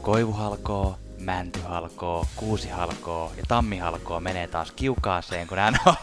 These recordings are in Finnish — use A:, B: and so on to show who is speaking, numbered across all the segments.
A: koivuhalkoo, mäntyhalkoo, kuusihalkoo ja tammihalkoo menee taas kiukaaseen, kun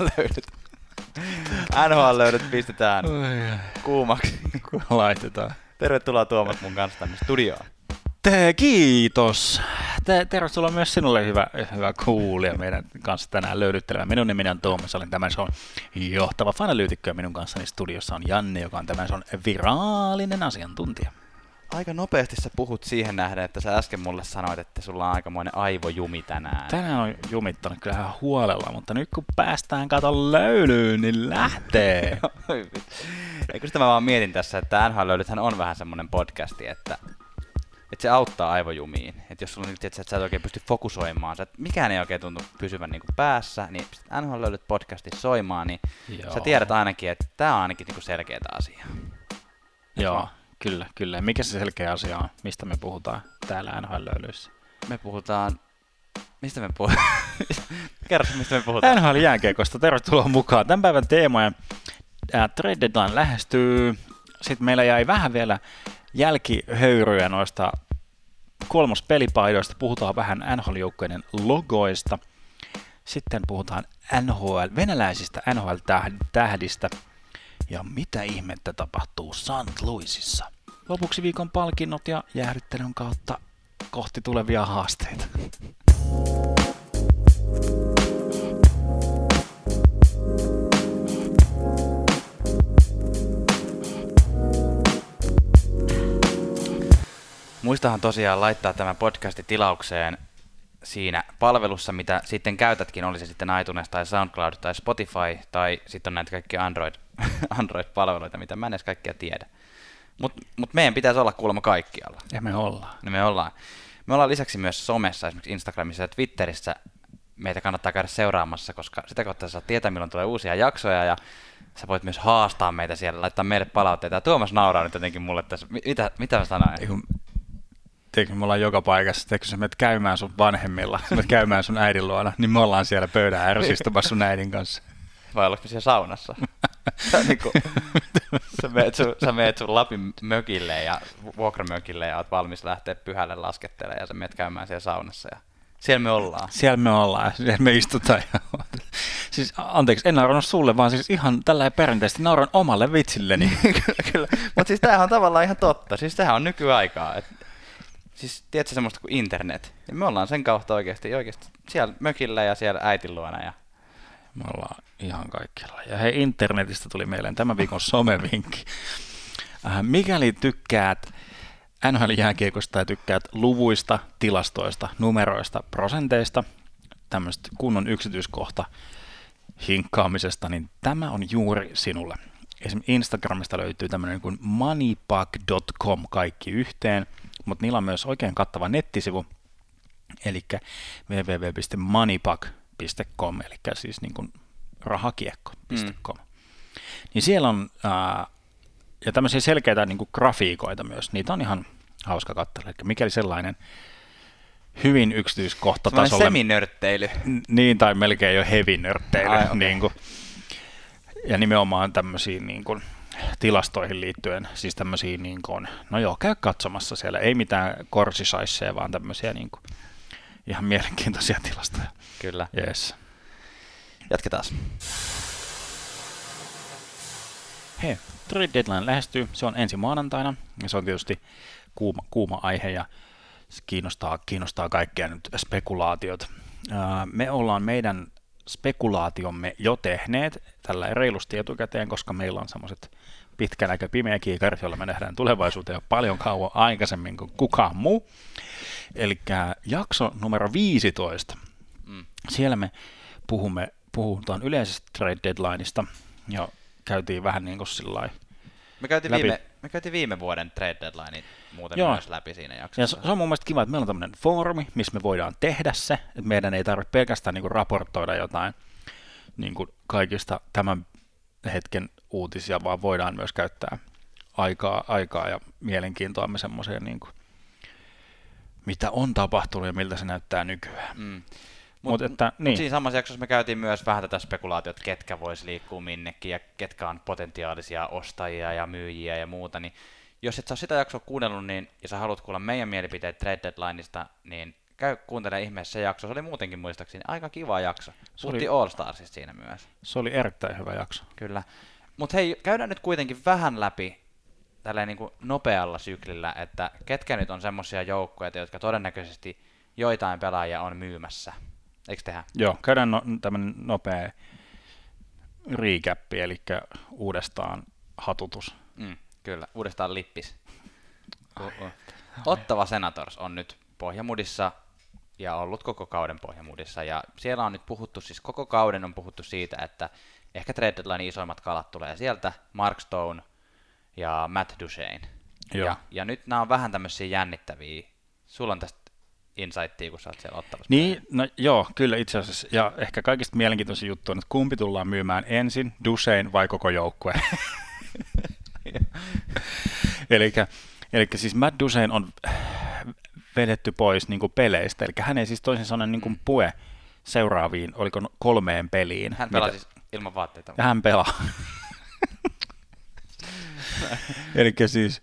A: NHL-löydöt pistetään kuumaksi.
B: Laitetaan.
A: Tervetuloa Tuomas mun kanssa tänne studioon.
B: Kiitos. Tervetuloa myös sinulle, hyvä kuulija, meidän kanssa tänään löydyttelemään. Minun nimeni on Tuomas, olen tämän shown johtava fanalyytikko ja minun kanssani studiossa on Janne, joka on tämän shown virallinen asiantuntija.
A: Aika nopeasti sä puhut siihen nähden, että sä äsken mulle sanoit, että sulla on aikamoinen aivojumi tänään.
B: Tänään on jumittanut kyllä ihan huolella, mutta nyt kun päästään katon löylyyn, niin lähtee.
A: Eikö sitä mä vaan mietin tässä, että NHL-löydythän on vähän semmoinen podcasti, että se auttaa aivojumiin. Että jos sulla on nyt, että sä et oikein pysty fokusoimaan, että mikään ei oikein tunnu pysyvän niin kuin päässä, niin NHL-löydyt podcastit soimaan, niin joo. Sä tiedät ainakin, että tää on ainakin niin kuin selkeätä asiaa.
B: Joo, kyllä. Mikä se selkeä asia on? Mistä me puhutaan täällä NHL-löydyissä?
A: Me puhutaan... Mistä me puhutaan? Kerro, mistä me puhutaan.
B: NHL-jääkiekosta, tervetuloa mukaan. Tämän päivän teemojen trade deadline lähestyy. Sitten meillä jäi vähän vielä jälkihöyryjä noista kolmospelipaidoista. Puhutaan vähän NHL-joukkojen logoista. Sitten puhutaan venäläisistä NHL-tähdistä. Ja mitä ihmettä tapahtuu St. Louisissa? Lopuksi viikon palkinnot ja jäähdyttelyn kautta kohti tulevia haasteita.
A: Muistahan tosiaan laittaa tämä podcasti tilaukseen siinä palvelussa, mitä sitten käytätkin, oli se sitten iTunes tai SoundCloud tai Spotify tai sitten on näitä kaikkia Android-palveluita, mitä mä en edes kaikkia tiedä. Mut meidän pitäisi olla kuulemma kaikkialla.
B: Ja me ollaan.
A: No me ollaan. Me ollaan lisäksi myös somessa, esimerkiksi Instagramissa ja Twitterissä. Meitä kannattaa käydä seuraamassa, koska sitä kautta sä saat tietää, milloin tulee uusia jaksoja ja sä voit myös haastaa meitä siellä, laittaa meille palautteita. Ja Tuomas nauraa nyt jotenkin mulle tässä. Mitä mä sanoin?
B: Teikö me ollaan joka paikassa, teikö sä menet käymään sun vanhemmilla, sä menet käymään sun äidin luona, niin me ollaan siellä pöydän ääressä istumassa sun äidin kanssa.
A: Vai ollaanko me siellä saunassa? Sä meet sun Lapin mökille ja vuokramökille ja oot valmis lähteä pyhälle laskettelemaan ja sä meet käymään siellä saunassa ja siellä me ollaan.
B: Siellä me istutaan. Siis anteeksi, en naurannut sulle, vaan siis ihan tällä perinteisesti nauran omalle vitsilleni.
A: Kyllä. Mutta siis tämähän on tavallaan ihan totta, siis tämähän on nykyaikaa. Siis tiedätkö semmoista kuin internet, ja me ollaan sen kautta oikeasti siellä mökillä ja siellä äitin luona. Ja
B: me ollaan ihan kaikkialla. Ja hei, internetistä tuli mieleen tämän viikon somevinkki. Mikäli tykkäät NHL-jääkiekosta tai tykkäät luvuista, tilastoista, numeroista, prosenteista, tämmöistä kunnon yksityiskohta hinkkaamisesta, niin tämä on juuri sinulle. Esimerkiksi Instagramista löytyy tämmöinen kuin moneypuck.com kaikki yhteen, mutta niillä on myös oikein kattava nettisivu, eli www.moneypuck.com, eli siis niin kuin rahakiekko.com. Niin siellä on ja tämmöisiä selkeitä niin kuin grafiikoita myös, niitä on ihan hauska katsella, eli mikäli sellainen hyvin yksityiskohtatasolle.
A: Sellainen seminörttely.
B: Niin, tai melkein jo heavy-nörttely. Okay. Niin kuin, ja nimenomaan tämmöisiin niin kuin tilastoihin liittyen, siis tämmöisiä, niin kuin, no joo, käy katsomassa siellä, ei mitään korsisaisseja, vaan tämmöisiä niin kuin, ihan mielenkiintoisia tilastoja.
A: Kyllä.
B: Yes.
A: Jatketaan.
B: Hei, trade deadline lähestyy, se on ensi maanantaina, ja se on tietysti kuuma aihe, ja se kiinnostaa kaikkia nyt spekulaatiot. Me ollaan meidän spekulaatiomme jo tehneet tällä reilusti etukäteen, koska meillä on semmoiset pitkänäkö pimeä kiikarit, joilla me nähdään tulevaisuuteen paljon kauan aikaisemmin kuin kukaan muu. Eli jakso numero 15. Siellä me puhutaan yleisestä trade deadlineista ja käytiin vähän niin kuin sillai
A: Me käytiin viime vuoden trade deadline muuten myös läpi siinä jaksossa.
B: Ja se on mun mielestä kiva, että meillä on tämmöinen foorumi, missä me voidaan tehdä se, että meidän ei tarvitse pelkästään niin kuin raportoida jotain niin kuin kaikista tämän hetken uutisia, vaan voidaan myös käyttää aikaa ja mielenkiintoamme semmoiseen, niin kuin, mitä on tapahtunut ja miltä se näyttää nykyään.
A: Mutta siinä samassa jaksossa me käytiin myös vähän tätä spekulaatiota, ketkä vois liikkua minnekin ja ketkä on potentiaalisia ostajia ja myyjiä ja muuta, niin jos et sä ole sitä jaksoa kuunnellut, niin, ja sä haluat kuulla meidän mielipiteet trade deadlineista, niin käy kuuntelemaan ihmeessä se jakso. Se oli muutenkin muistaakseni aika kiva jakso. Puhuttiin All Starsista siinä myös.
B: Se oli erittäin hyvä jakso.
A: Kyllä. Mutta hei, käydään nyt kuitenkin vähän läpi tälleen niin kuin nopealla syklillä, että ketkä nyt on semmoisia joukkueita, jotka todennäköisesti joitain pelaajia on myymässä. Eikö tehdä?
B: Joo, käydään tämmöinen nopea recap, eli uudestaan hatutus.
A: Kyllä, uudestaan lippis. Ottava Senators on nyt pohjamudissa ja ollut koko kauden pohjamudissa. Ja siellä on nyt puhuttu, siis koko kauden on puhuttu siitä, että ehkä trade deadline isoimmat kalat tulee sieltä. Mark Stone ja Matt Duchene. Ja nyt nämä on vähän tämmöisiä jännittäviä. Sulla on tästä insightia, kun sä oot siellä Ottavassa.
B: Niin, no joo, kyllä itse asiassa. Ja ehkä kaikista mielenkiintoisin juttu on, että kumpi tullaan myymään ensin, Duchene vai koko joukkue. Eli siis Matt Duchene on vedetty pois niin kuin peleistä, eli hän ei siis toisin sanoen niin kuin pue seuraaviin, oliko 3 peliin.
A: Hän pelaa siis ilman vaatteita.
B: Ja hän pelaa. Eli siis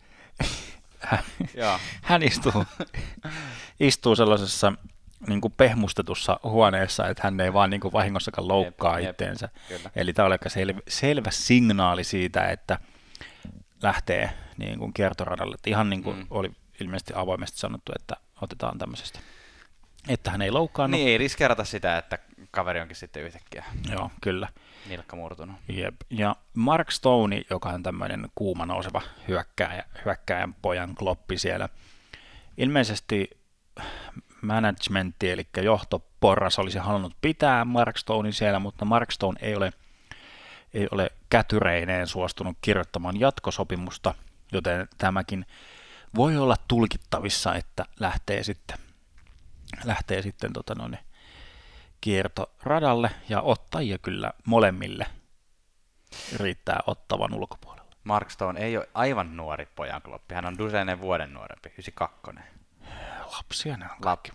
B: hän istuu sellaisessa niin kuin pehmustetussa huoneessa, että hän ei vaan niin kuin vahingossakaan loukkaa itteensä. Eli tämä oli aika selvä signaali siitä, että lähtee niin kuin kiertoradalle. Että ihan niin kuin oli ilmeisesti avoimesti sanottu, että otetaan tämmöisestä, että hän ei loukkaannut.
A: Niin, ei riskeerata sitä, että kaveri onkin sitten yhtäkkiä.
B: Joo, kyllä.
A: Nilkka murtunut.
B: Jep. Ja Mark Stone, joka on tämmöinen kuuma nouseva hyökkääjän pojan kloppi siellä. Ilmeisesti managementti, eli johtoporras olisi halunnut pitää Mark Stonein siellä, mutta Mark Stone ei ole kätyreineen suostunut kirjoittamaan jatkosopimusta, joten tämäkin voi olla tulkittavissa, että lähtee sitten kiertoradalle, ja ottajia kyllä molemmille riittää Ottavan ulkopuolella.
A: Mark Stone ei ole aivan nuori pojankloppi, hän on Ducheneen vuoden nuorempi, 92.
B: Lapsia ne on kaikki.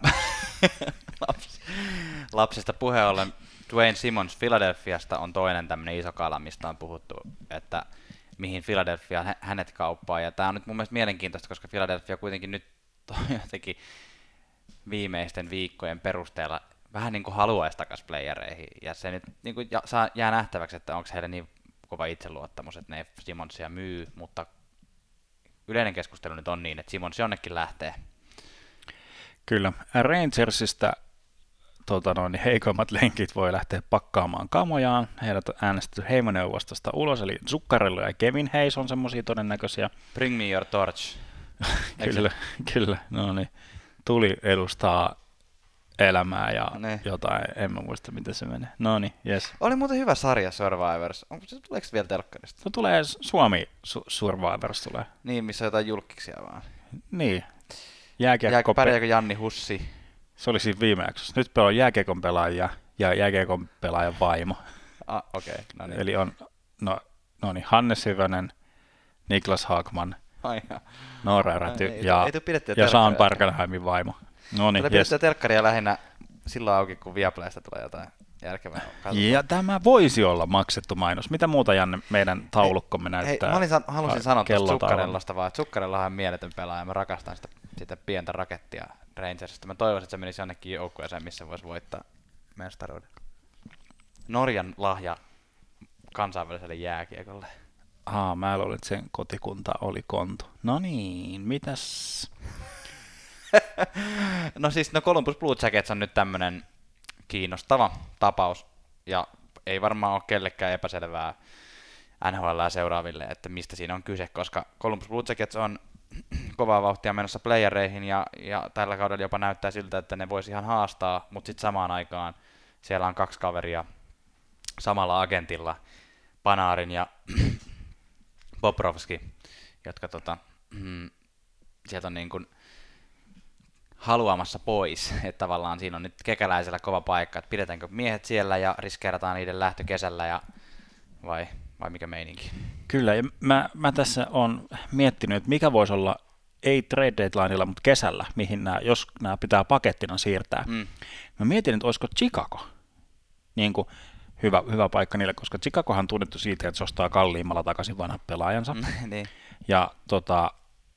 A: Lapsista puheen ollen Dwayne Simmons Philadelphiasta on toinen tämmöinen iso kala, mistä on puhuttu, että mihin Philadelphia hänet kauppaa. Ja tämä on nyt mun mielestä mielenkiintoista, koska Philadelphia kuitenkin nyt jotenkin viimeisten viikkojen perusteella vähän niin kuin haluaisi takaisin playereihin. Ja se nyt niin kuin jää nähtäväksi, että onko heillä niin kova itseluottamus, että ne Simmonsia myy, mutta yleinen keskustelu nyt on niin, että Simmons jonnekin lähtee.
B: Kyllä. Rangersista heikoimmat lenkit voi lähteä pakkaamaan kamojaan. Heidät on äänestetty heimoneuvostosta ulos, eli Zuccarello ja Kevin Hayes on semmoisia todennäköisiä.
A: Bring me your torch.
B: Kyllä. No niin. Tuli edustaa elämää ja jotain, en mä muista miten se menee. No niin, jes.
A: Oli muuten hyvä sarja Survivors. Tuleeko se vielä telkkarista?
B: Se tulee Suomi Survivors tulee.
A: Niin, missä on jotain julkkiksia vaan.
B: Niin.
A: Pärjääkö Janni Hussi?
B: Se oli siinä viime jaksossa. Nyt on jääkiekon pelaajia ja jääkiekon pelaajan vaimo.
A: Okei. No niin.
B: Eli on Hannes Hyvönen, Niklas Haakman, Noora Räty ja Sean Parkenheimin vaimo. No niin,
A: pidetään telkkaria lähinnä silloin auki, kun Viaplaysta tulee jotain järkevää.
B: Ja tämä voisi olla maksettu mainos. Mitä muuta, Janne, meidän taulukkomme näyttää?
A: Halusin sanoa tuosta Zuccarellosta vaan, että Zuccarellahan on mieletön pelaaja. Mä rakastan sitä pientä rakettia Rangersista. Mä toivoisin, että se menisi jonnekin joukkueeseen, missä voisi voittaa mestaruuden. Norjan lahja kansainväliselle jääkiekolle.
B: Mä luulen, että sen kotikunta oli Konto. No niin, mitäs?
A: No siis, Columbus Blue Jackets on nyt tämmönen kiinnostava tapaus, ja ei varmaan ole kellekään epäselvää NHL:ää seuraaville, että mistä siinä on kyse, koska Columbus Blue Jackets on kovaa vauhtia menossa playereihin, ja tällä kaudella jopa näyttää siltä, että ne voisi ihan haastaa, mutta sitten samaan aikaan siellä on 2 kaveria samalla agentilla, Panarin ja Bobrovski, jotka sieltä on niin kuin haluamassa pois, että tavallaan siinä on nyt kekäläisellä kova paikka, että pidetäänkö miehet siellä ja riskeerataan niiden lähtö kesällä vai mikä meininki?
B: Kyllä, ja mä tässä on miettinyt, että mikä voisi olla, ei trade deadlineilla, mutta kesällä, mihin jos nämä pitää pakettina siirtää. Mä mietin, että olisiko Chicago niin kuin hyvä paikka niille, koska Chicagohan on tunnettu siitä, että se ostaa kalliimmalla takaisin vanhat pelaajansa.
A: Niin.
B: Ja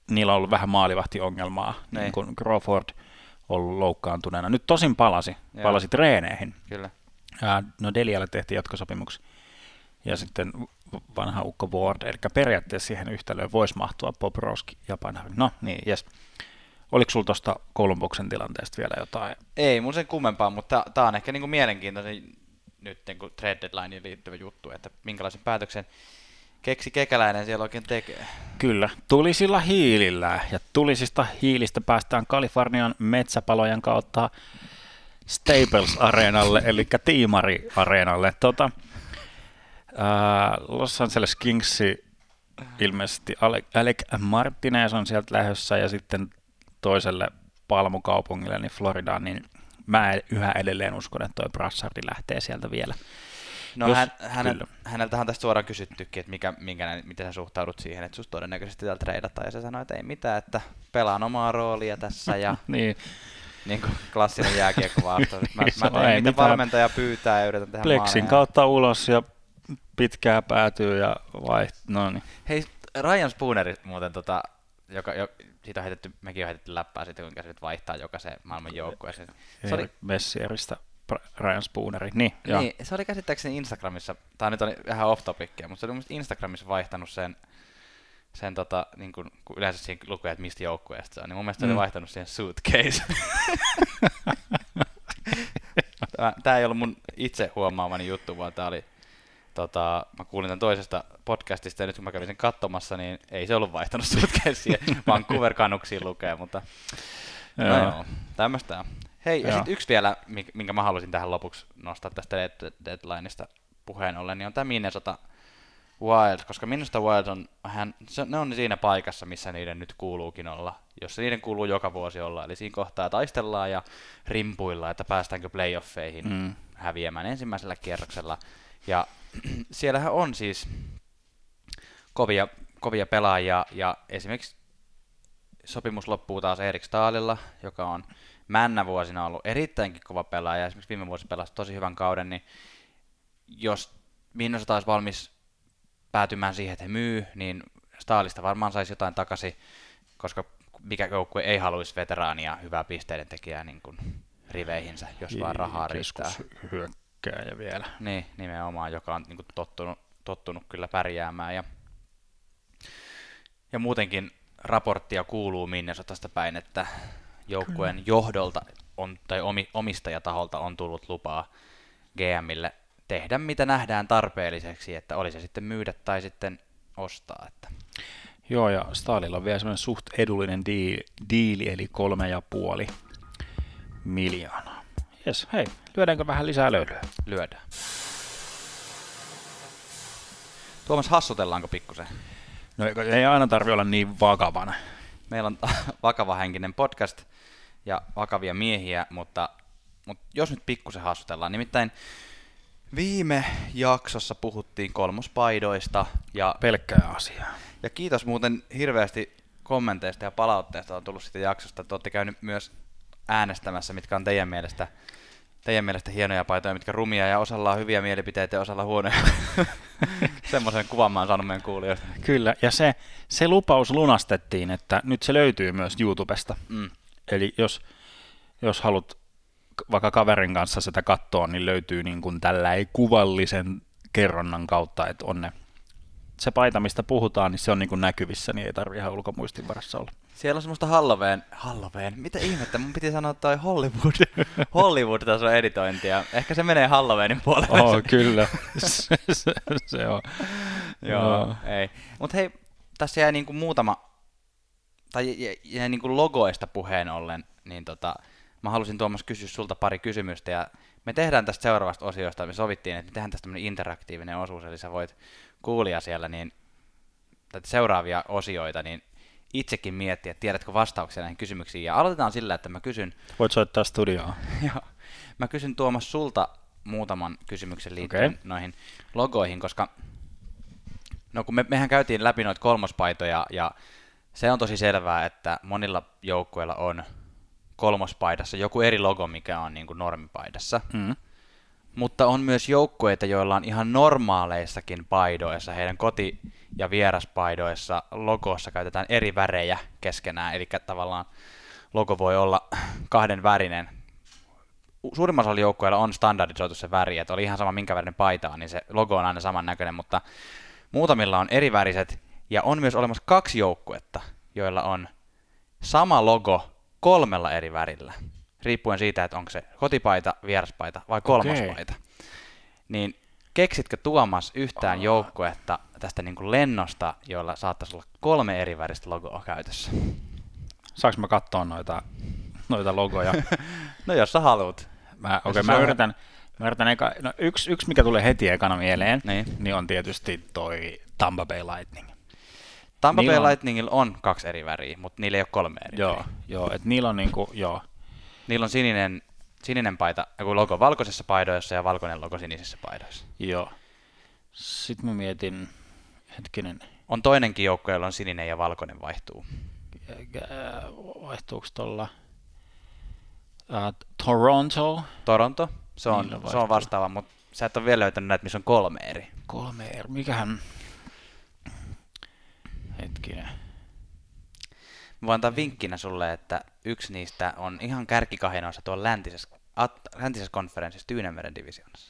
B: niillä on ollut vähän maalivahtiongelmaa, niin kuin Crawford ollut loukkaantuneena. Nyt tosin palasi treeneihin.
A: Kyllä.
B: No Delialle tehtiin jatkosopimuksia. Ja sitten vanha ukko Ward, eli periaatteessa siihen yhtälöön voisi mahtua Bobrovsky ja Panarin. No niin, jes. Oliko sulla tuosta Columbuksen tilanteesta vielä jotain?
A: Ei mun sen kummempaa, mutta tämä on ehkä niinku mielenkiintoinen nyt niinku trade deadlineen liittyvä juttu, että minkälaisen päätöksen keksi Kekäläinen siellä oikein tekee.
B: Kyllä, tulisilla hiilillä, ja tulisista hiilistä päästään Kalifornian metsäpalojen kautta Staples-areenalle, eli Tiimari-areenalle. Los Angeles Kings ilmeisesti Alec Martinez on sieltä lähdössä, ja sitten toiselle palmukaupungille, niin Floridaan, niin mä yhä edelleen uskon, että toi Brassardi lähtee sieltä vielä.
A: No häneltähän on tästä suoraan kysyttykin, että miten sä suhtaudut siihen, että susta todennäköisesti täällä treidataan, ja se sanoi, että ei mitään, että pelaan omaa roolia tässä, ja niin kuin klassinen jääkiekko-vastaus. Mä teen mitä valmentaja pyytää ja yritän tehdä
B: Plexin
A: maaleja.
B: kautta ulos ja pitkää päätyy ja no niin.
A: Hei, Ryan Spooneri muuten, siitä on heitetty, mekin on heitetty läppää siitä, kuinka se nyt vaihtaa jokaisen maailman joukkueeseen.
B: Messieristä Ryan Spooneri. Niin,
A: se oli käsittääkseni Instagramissa, tämä nyt on vähän off-topicia, mutta se oli mun Instagramissa vaihtanut sen niin kun yleensä siinä lukee, että mistä joukkueesta se on, niin mun mielestä se oli vaihtanut siihen suitcase. Tämä ei ollut mun itse huomaamani juttu, vaan tämä oli, mä kuulin tämän toisesta podcastista, ja nyt kun mä kävin sen katsomassa, niin ei se ollut vaihtanut suitcaseen, Vancouver Canucksiin lukee, mutta no tämmöistä. Hei, ja sitten yksi vielä, minkä mä haluaisin tähän lopuksi nostaa tästä deadlineista puheen ollen, niin on tämä Minnesota Wild, koska Minnesota Wild ne on siinä paikassa, missä niiden nyt kuuluukin olla, jossa niiden kuuluu joka vuosi olla, eli siinä kohtaa taistellaan ja rimpuillaan, että päästäänkö playoffeihin häviämään ensimmäisellä kierroksella, ja siellähän on siis kovia pelaajia, ja esimerkiksi sopimus loppuu taas Erik Staalilla, joka on männävuosina ollut erittäinkin kova pelaaja, esimerkiksi viime vuosi pelasi tosi hyvän kauden, niin jos Minnesota olisi valmis päätymään siihen, että he myy, niin Staalista varmaan saisi jotain takaisin, koska mikä joukkue ei haluaisi veteraania hyvää pisteiden tekijää niin kuin riveihinsä, jos vaan rahaa riittää.
B: Hyökkääjä vielä.
A: Niin, nimenomaan, joka on niin kuin tottunut kyllä pärjäämään. Ja muutenkin raporttia kuuluu Minnesotasta päin, että joukkueen johdolta tai omistajataholta on tullut lupaa GMille tehdä mitä nähdään tarpeelliseksi, että oli se sitten myydä tai sitten ostaa. Että.
B: Joo, ja Staalilla on vielä semmoinen suht edullinen diili, eli 3,5 miljoonaa. Jes, hei, lyödäänkö vähän lisää löylyä?
A: Lyödään. Tuomas, hassutellaanko pikkusen?
B: No ei aina tarvitse olla niin vakavana.
A: Meillä on vakavahenkinen podcast ja vakavia miehiä, mutta jos nyt pikkusen hassutellaan, nimittäin viime jaksossa puhuttiin kolmospaidoista. Ja
B: pelkkää asiaa.
A: Ja kiitos muuten hirveästi kommenteista ja palautteista on tullut siitä jaksosta, että olette käynyt myös äänestämässä, mitkä on teidän mielestä hienoja paitoja, mitkä rumia ja osalla on hyviä mielipiteitä ja osalla huonoja. Semmoisen kuvan mä oon saanut meidän kuulijoista.
B: Kyllä, ja se lupaus lunastettiin, että nyt se löytyy myös YouTubesta. Eli jos haluat vaikka kaverin kanssa sitä katsoa, niin löytyy niin kuin tällainen kuvallisen kerronnan kautta, että on se paita, mistä puhutaan, niin se on niin kuin näkyvissä, niin ei tarvitse ihan ulkomuistin varassa olla.
A: Siellä on semmoista Halloween, mitä ihmettä, mun piti sanoa toi Hollywood-tason editointia. Ehkä se menee Halloweenin puolelle.
B: Kyllä, se on.
A: Joo, ei. Mut hei, tässä jäi niinku muutama, tai jäi niinku logoista puheen ollen, niin mä halusin Tuomas kysyä sulta pari kysymystä, ja me tehdään tästä seuraavasta osiosta, me sovittiin, että me tehdään tästä tämmöinen interaktiivinen osuus, eli sä voit kuulija siellä, niin seuraavia osioita, niin itsekin miettiä, että tiedätkö vastauksia näihin kysymyksiin, ja aloitetaan sillä, että mä kysyn.
B: Voit soittaa studioon.
A: Joo, mä kysyn Tuomas sulta muutaman kysymyksen liittyen noihin logoihin, koska no kun mehän käytiin läpi noita kolmospaitoja, ja se on tosi selvää, että monilla joukkueilla on kolmospaidassa joku eri logo, mikä on niin kuin normipaidassa. Mutta on myös joukkueita, joilla on ihan normaaleissakin paidoissa heidän ja vieraspaidoissa logossa käytetään eri värejä keskenään, eli tavallaan logo voi olla kahden värinen. Suurimmassa osalla joukkueilla on standardisoitu se väri, että oli ihan sama minkä värinen paita on, niin se logo on aina samannäköinen, mutta muutamilla on eri väriset, ja on myös olemassa 2 joukkuetta, joilla on sama logo 3 eri värillä, riippuen siitä, että onko se kotipaita, vieraspaita vai kolmospaita. Niin keksitkö Tuomas yhtään joukkuetta tästä niin kuin lennosta, joilla saattaisi olla 3 eri väristä logoa käytössä?
B: Saanko mä katsoa noita logoja?
A: No jos sä haluat.
B: Mä yritän yksi mikä tulee heti ekana mieleen, niin on tietysti toi Tampa Bay Lightning.
A: Tampa Bay Lightningilla on 2 eri väriä, mutta niillä ei ole 3 eri väriä.
B: Joo, että niillä on niinku,
A: Niillä on sininen paita, joku logo valkoisessa paidoissa ja valkoinen logo sinisissä paidoissa.
B: Joo. Sitten mä mietin, hetkinen.
A: On toinenkin joukko, jolla on sininen ja valkoinen vaihtuu.
B: Vaihtuuko tuolla? Toronto.
A: Se on vastaava, mutta sä et ole vielä löytänyt näitä, missä on 3 eri.
B: 3 eri, mikähän? Hetkinen.
A: Mä voin antaa vinkkinä sulle, että yksi niistä on ihan kärkikahinoissa tuolla läntisessä konferenssissa Tyynemeren divisioonassa.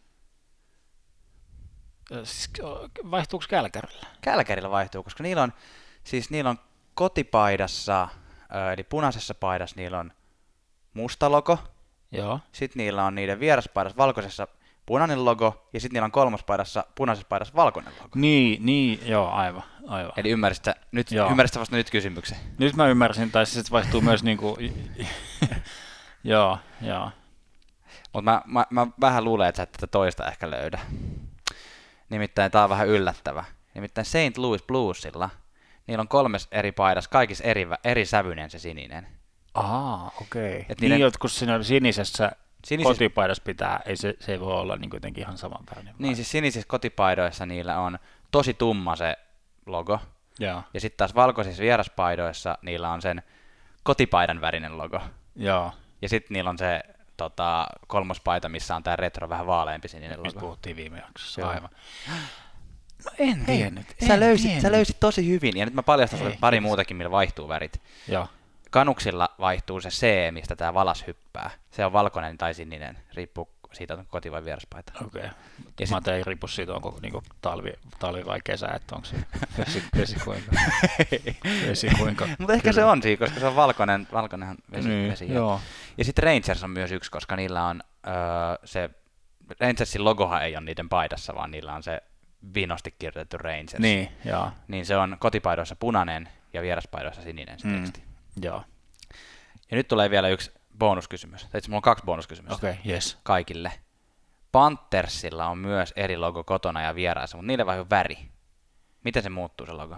B: Vaihtuuko Kälkärillä?
A: Kälkärillä vaihtuu, koska niillä on kotipaidassa, eli punaisessa paidassa niillä on musta logo.
B: Joo.
A: Sitten niillä on niiden vieraspaidassa valkoisessa punainen logo, ja sitten niillä on kolmospaidassa, punaisessa paidassa valkoinen logo.
B: Niin, joo, aivan.
A: Eli ymmärsit vasta nyt kysymyksen?
B: Nyt mä ymmärsin, tai siis vaihtuu myös niinku, joo.
A: Mutta mä vähän luulen, että sä et tätä toista ehkä löydä. Nimittäin tää on vähän yllättävä. Nimittäin St. Louis Bluesilla, niillä on 3 eri paidassa, kaikissa eri sävyinen se sininen.
B: Okei. Niin, kun siinä on sinisessä kotipaidassa pitää, se ei voi olla niin kuitenkin ihan saman värinen.
A: Niin, siis sinisissä kotipaidoissa niillä on tosi tumma se logo.
B: Joo.
A: Ja sitten taas valkoisissa vieraspaidoissa niillä on sen kotipaidan värinen logo.
B: Joo.
A: Ja sitten niillä on se kolmospaita, missä on tää retro vähän vaaleampi sininen logo.
B: Mistä puhuttiin viime jaksossa.
A: Joo.
B: Aivan. No en tiennyt.
A: Sä löysit tosi hyvin, ja nyt mä paljastan sulle pari muutakin, millä vaihtuu värit.
B: Joo.
A: Kanuksilla vaihtuu se C, mistä tää valas hyppää. Se on valkoinen tai sininen, riippuu siitä, onko koti- vai vieraspaita.
B: Okei. Mä ei riippu siitä, onko niinku talvi vai kesä, että onko se vesi kuinka.
A: Mutta ehkä se on siinä, koska se on valkoinenhan vesi.
B: Joo.
A: Ja sitten Rangers on myös yksi, koska niillä on se, Rangersin logohan ei ole niiden paidassa, vaan niillä on se vinosti kirjoitettu Rangers.
B: Niin, joo.
A: Niin se on kotipaidoissa punainen ja vieraspaidoissa sininen se teksti.
B: Joo.
A: Ja nyt tulee vielä yksi bonuskysymys. Tai itse mulla on 2 bonuskysymystä.
B: Okei, yes.
A: Kaikille. Panthersilla on myös eri logo kotona ja vieraissa, mutta niille vaihtuu väri. Miten se muuttuu se logo?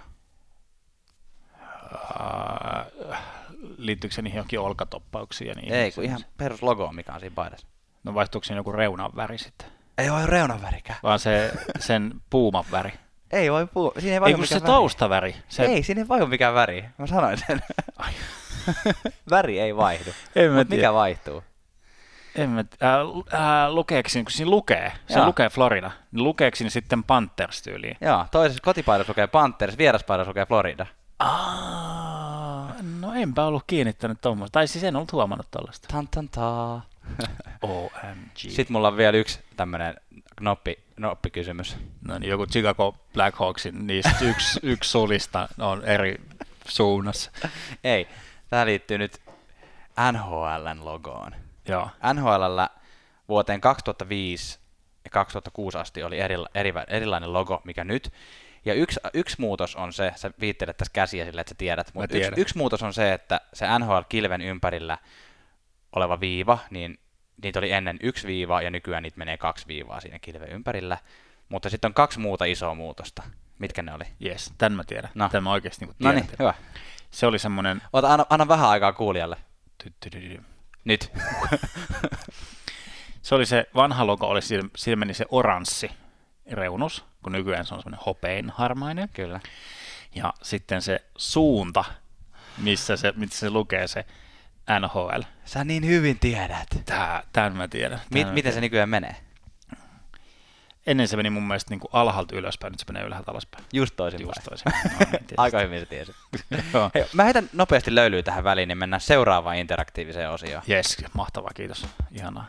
B: Liittyykö se niihin johonkin olkatoppauksiin? Ja niin
A: ei, kun ihan peruslogo on, mikä on siinä paidassa.
B: No vaihtuuko siinä joku reunan väri sitten?
A: Ei ole reunan värikään.
B: Vaan sen puuman väri.
A: Ei voi siinä ei vaihdu mikään
B: se taustaväri.
A: Ei, siinä ei vaihdu mikään väri. Mä sanoin sen. Väri ei vaihdu. Mutta mikä vaihtuu?
B: Lukeeko siinä, kun siinä lukee, lukee Florida, niin lukeeko siinä sitten Panthers tyyliin?
A: Joo, toisessa kotipaidassa lukee Panthers, vieraspaidassa lukee Florida.
B: No enpä ollut kiinnittänyt tuommoista, tai siis en ollut huomannut tuollaista.
A: Tantantaa.
B: OMG.
A: Sitten mulla on vielä yksi tämmönen knoppikysymys.
B: No niin, joku Chicago Blackhawksin niistä yksi sulista on eri suunnassa.
A: Ei, tää liittyy nyt NHL:n logoon.
B: Joo.
A: NHL:llä vuoteen 2005 ja 2006 asti oli erilainen logo, mikä nyt. Ja yksi muutos on se, sä viittelet tässä käsiä sille, että sä tiedät, mutta yksi muutos on se, että se NHL-kilven ympärillä oleva viiva, niin niitä oli ennen 1 viiva ja nykyään niitä menee 2 viivaa siinä kilven ympärillä. Mutta sitten on 2 muuta isoa muutosta. Mitkä ne oli?
B: Jes, tän mä tiedän.
A: No.
B: Tän mä oikeesti niinku tiedän.
A: No niin, hyvä.
B: Se oli semmonen...
A: Anna vähän aikaa kuulijalle. Nyt.
B: Se oli se vanha logo, siinä meni se oranssi reunus, kun nykyään se on semmoinen hopeinharmainen.
A: Kyllä.
B: Ja sitten se suunta, missä se lukee se NHL.
A: Sä niin hyvin tiedät.
B: Tän mä tiedän.
A: Miten se nykyään menee?
B: Ennen se meni mun mielestä niin kuin alhaalta ylöspäin, nyt se menee ylhäältä alaspäin.
A: Just toisinpäin.
B: Just toisin. No, niin,
A: Aika hyvin se tiesi. Hei, mä heitän nopeasti löylyä tähän väliin, niin mennään seuraavaan interaktiiviseen osioon.
B: Jes, mahtavaa, kiitos. Ihanaa.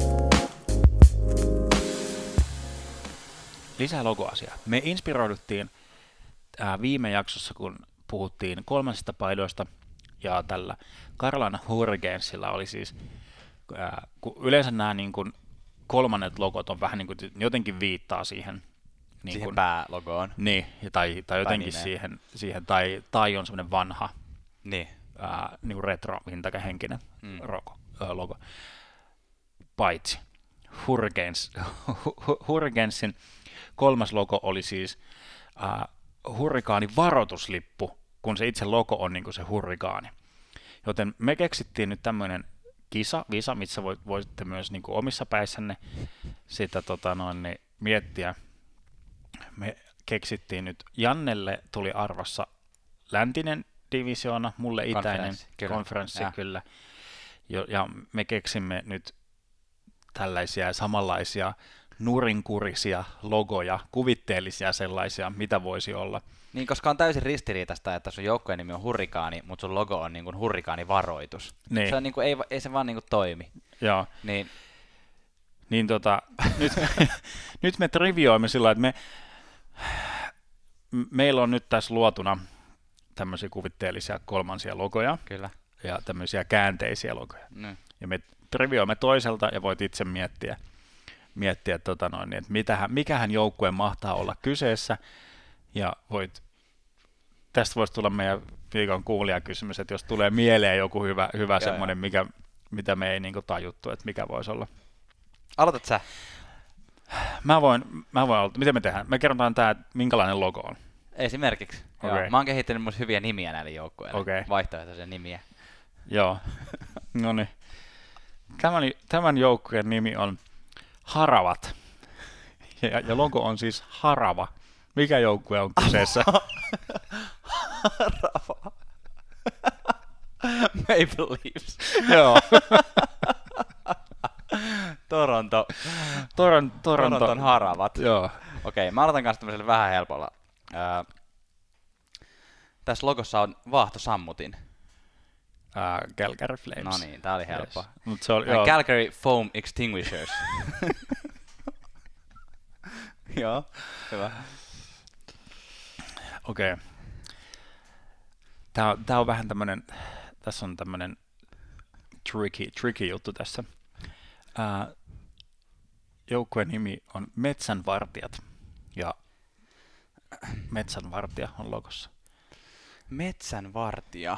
B: Lisää logoasiaa. Me inspiroiduttiin viime jaksossa, kun puhuttiin kolmansista paidoista, ja tällä Carolina Hurricanesilla oli siis, kun yleensä nämä niin kuin kolmannet logot on vähän niin kuin jotenkin viittaa siihen. Niin
A: siihen
B: kuin,
A: päälogoon.
B: Niin, tai jotenkin siihen tai on semmoinen vanha,
A: niin
B: kuin retro-vintage-henkinen logo. Paitsi Hurricanesin kolmas logo oli siis hurrikaanin varoituslippu, kun se itse logo on niin kuin se hurrikaani. Joten me keksittiin nyt tämmöinen visa, missä voisitte myös niin kuin omissa päissänne sitä miettiä. Me keksittiin nyt, Jannelle tuli arvassa läntinen divisioona, mulle itäinen konferenssi kyllä. Ja me keksimme nyt tällaisia samanlaisia nurinkurisia logoja, kuvitteellisia sellaisia, mitä voisi olla.
A: Niin, koska on täysin ristiriitaista, että sun joukkueen nimi on hurrikaani, mutta sun logo on niin kuin hurrikaanivaroitus.
B: Niin.
A: Se on niin kuin, ei se vaan niin kuin toimi.
B: Joo.
A: Niin
B: nyt me trivioimme sillä, että meillä on nyt tässä luotuna tämmöisiä kuvitteellisia kolmansia logoja.
A: Kyllä.
B: Ja tämmöisiä käänteisiä logoja. Ja me trivioimme toiselta ja voit itse miettiä että mikähän joukkue mahtaa olla kyseessä. Ja tästä voisi tulla meidän viikon kuulijakysymys, että jos tulee mieleen joku hyvä semmoinen, mitä me ei niinku tajuttu, että mikä voisi olla.
A: Aloitat sä?
B: Mä voin aloittaa. Miten me tehdään? Me kerrotaan minkälainen logo on.
A: Esimerkiksi.
B: Okay.
A: Joo. Mä oon kehittänyt myös hyviä nimiä näille joukkueille.
B: Okay.
A: Vaihtoehtoisia nimiä.
B: Joo. Noniin. Tämän joukkueen nimi on Haravat. Ja logo on siis harava. Mikä joukkue on kyseessä?
A: Harava. Maple Leafs.
B: Joo.
A: Toronton haravat.
B: Joo.
A: Okei, mä aloitan kanssa tämmöiselle vähän helpolla. Tässä logossa on vaahtosammutin.
B: Calgary Flames.
A: No niin, tää oli helppo.
B: Yes. Mut se oli,
A: Calgary Foam Extinguishers. Joo, hyvä.
B: Okei. Tää on vähän tämmönen, tässä on tämmönen tricky juttu tässä. Joukkueen nimi on Metsänvartijat ja Metsänvartija on logossa.
A: Metsänvartija.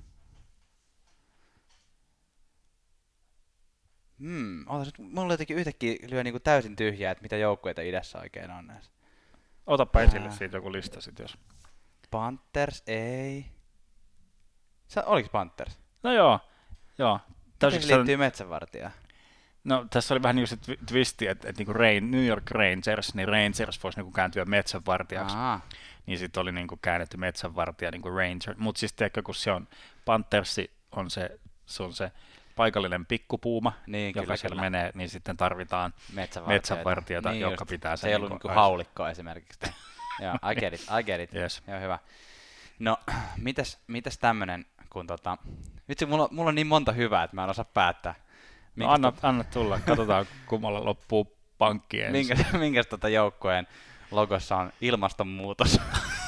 A: Mulla jotenkin yhtäkkiä lyö niinku täysin tyhjää, että mitä joukkueita idässä oikein on näissä.
B: Otapa esille siitä joku lista sit, jos.
A: Panthers, ei. Oliko Panthers?
B: No joo.
A: Miten se liittyy metsänvartijaan?
B: No tässä oli vähän niin kuin se twisti, että niinku New York Rangers, niin Rangers voisi niinku kääntyä metsänvartijaksi. Niin sitten oli niinku käännetty metsänvartija niinku Ranger. Mutta siis teekö, kun se on Panthersi, se on se paikallinen pikkupuuma,
A: niin,
B: joka siellä menee, niin sitten tarvitaan metsänvartijoita, niin joka pitää sen.
A: Se ei ollut niinku haulikko esimerkiksi. Joo, I get it.
B: Yes.
A: Joo, hyvä. No, mitäs tämmönen, kun vitsi, mulla on niin monta hyvää, että mä en osaa päättää.
B: No anna tulla, katsotaan kummalla loppuu pankki ensin.
A: Minkäs joukkueen logossa on ilmastonmuutos?